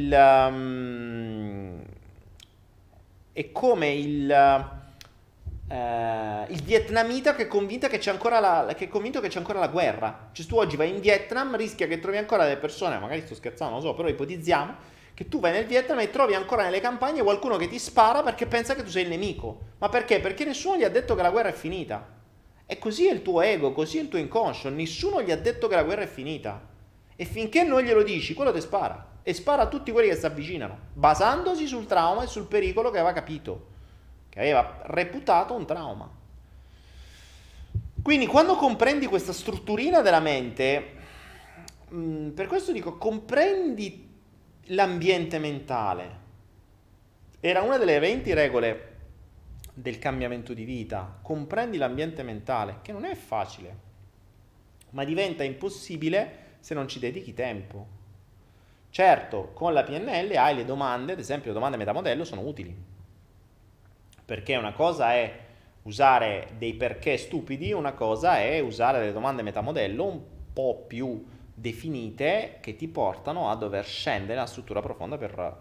è come il vietnamita che è convinto che c'è ancora la guerra. Cioè, tu oggi vai in Vietnam, rischia che trovi ancora delle persone, magari sto scherzando, non lo so, però ipotizziamo che tu vai nel Vietnam e trovi ancora nelle campagne qualcuno che ti spara perché pensa che tu sei il nemico. Ma perché? Perché nessuno gli ha detto che la guerra è finita. E così è il tuo ego, così è il tuo inconscio. Nessuno gli ha detto che la guerra è finita. E finché non glielo dici, quello ti spara. E spara a tutti quelli che si avvicinano, basandosi sul trauma e sul pericolo che aveva capito, che aveva reputato un trauma. Quindi quando comprendi questa strutturina della mente, per questo dico, comprendi l'ambiente mentale. Era una delle 20 regole del cambiamento di vita. Comprendi l'ambiente mentale, che non è facile, ma diventa impossibile se non ci dedichi tempo. Certo, con la PNL hai le domande, ad esempio le domande metamodello sono utili, perché una cosa è usare dei perché stupidi, una cosa è usare delle domande metamodello un po' più definite che ti portano a dover scendere nella struttura profonda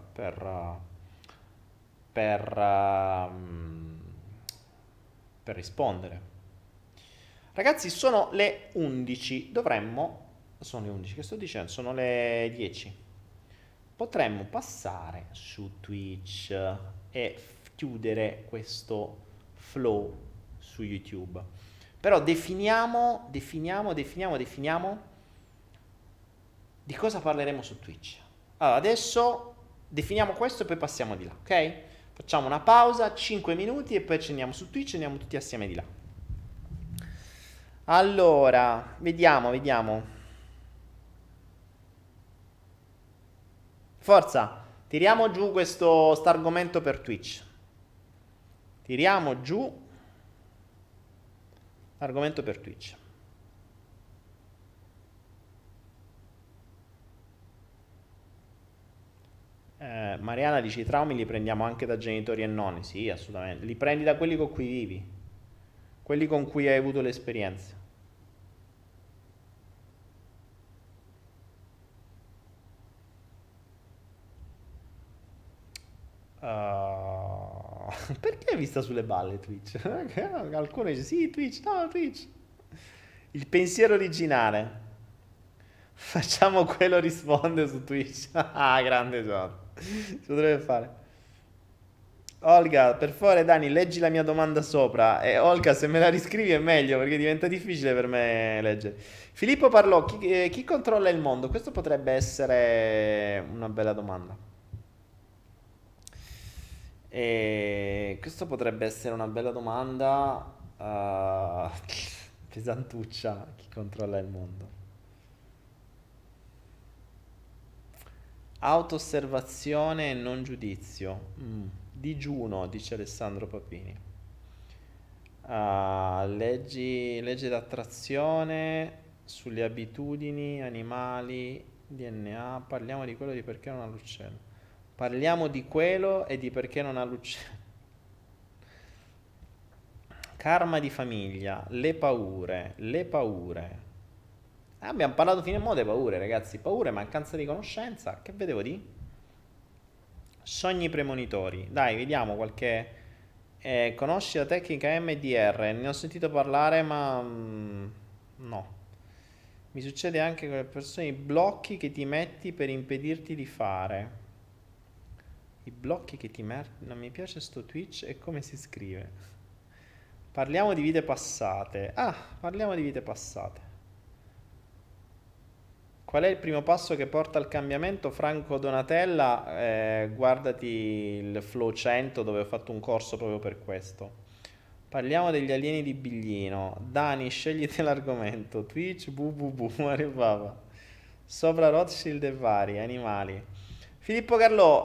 per rispondere. Ragazzi, sono le 11, sono le 11, che sto dicendo? Sono le 10. Potremmo passare su Twitch e chiudere questo flow su YouTube. Però definiamo di cosa parleremo su Twitch. Allora, adesso definiamo questo e poi passiamo di là, ok? Facciamo una pausa, 5 minuti e poi ci andiamo su Twitch e andiamo tutti assieme di là. Allora, vediamo. Forza, tiriamo giù questo argomento per Twitch. Tiriamo giù l'argomento per Twitch. Mariana dice: i traumi li prendiamo anche da genitori e nonni. Sì, assolutamente. Li prendi da quelli con cui vivi, quelli con cui hai avuto le esperienze. Perché mi sta sulle balle Twitch? Alcuni dice sì, Twitch, no, Twitch. Il pensiero originale. Facciamo quello risponde su Twitch. Ah, grande John. Si potrebbe fare. Olga, per favore Dani, leggi la mia domanda sopra. E Olga, se me la riscrivi è meglio perché diventa difficile per me leggere. Filippo parlò, chi controlla il mondo? Questo potrebbe essere una bella domanda. E questo potrebbe essere una bella domanda. Pesantuccia, chi controlla il mondo? Autoosservazione e non giudizio. Digiuno, dice Alessandro Papini. Legge d'attrazione sulle abitudini, animali, DNA. Parliamo di quello di perché non ha l'uccello. Parliamo di quello e di perché non ha l'uccello. Karma di famiglia, le paure. Abbiamo parlato fino a mo' delle paure, ragazzi. Paure, mancanza di conoscenza. Che vedevo di? Sogni premonitori. Dai, vediamo qualche... conosci la tecnica MDR? Ne ho sentito parlare, ma... no. Mi succede anche con le persone, i blocchi che ti metti per impedirti di fare. I blocchi che ti metti... Non mi piace sto Twitch e come si scrive. Parliamo di vite passate. Parliamo di vite passate. Qual è il primo passo che porta al cambiamento? Franco Donatella, guardati il Flow 100 dove ho fatto un corso proprio per questo. Parliamo degli alieni di Biglino. Dani, scegliti l'argomento. Twitch, Mario Papa. Sopra Rothschild e vari, animali. Filippo Carlò,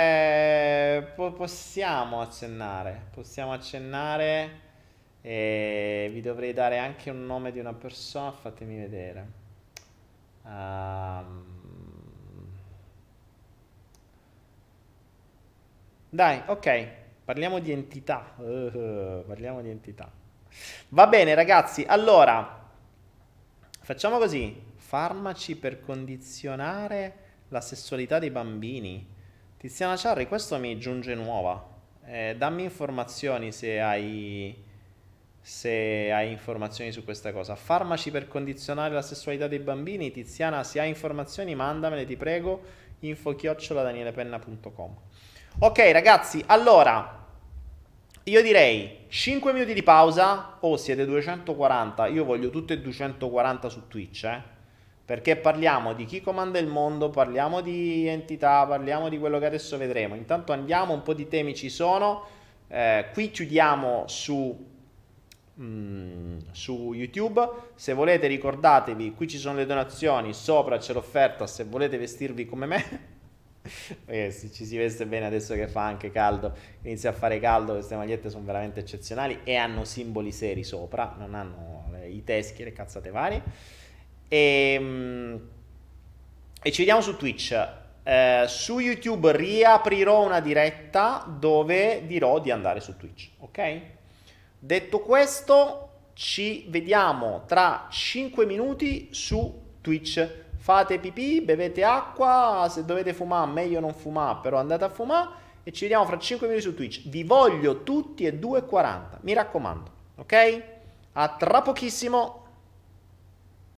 possiamo accennare e vi dovrei dare anche un nome di una persona, fatemi vedere. Dai, ok, parliamo di entità. Parliamo di entità. Va bene, ragazzi. Allora, facciamo così. Farmaci per condizionare la sessualità dei bambini. Tiziana Ciarri, questo mi giunge nuova. Dammi informazioni se hai se hai informazioni su questa cosa. Farmaci per condizionare la sessualità dei bambini. Tiziana, se hai informazioni mandamele, ti prego. info@danielepenna.com. Ok ragazzi, allora io direi 5 minuti di pausa. Oh, siete 240, io voglio tutte e 240 su Twitch, perché parliamo di chi comanda il mondo, parliamo di entità, parliamo di quello che adesso vedremo. Intanto andiamo, un po' di temi ci sono. Qui chiudiamo su YouTube. Se volete ricordatevi, qui ci sono le donazioni, sopra c'è l'offerta se volete vestirvi come me. Ci si veste bene adesso che fa anche caldo, inizia a fare caldo, queste magliette sono veramente eccezionali e hanno simboli seri sopra, non hanno i teschi e le cazzate varie. E ci vediamo su Twitch. Su YouTube riaprirò una diretta dove dirò di andare su Twitch, ok? Detto questo, ci vediamo tra 5 minuti su Twitch. Fate pipì, bevete acqua, se dovete fumare meglio non fumare, però andate a fumare e ci vediamo fra 5 minuti su Twitch. Vi voglio tutti e 2:40, mi raccomando, ok? A tra pochissimo.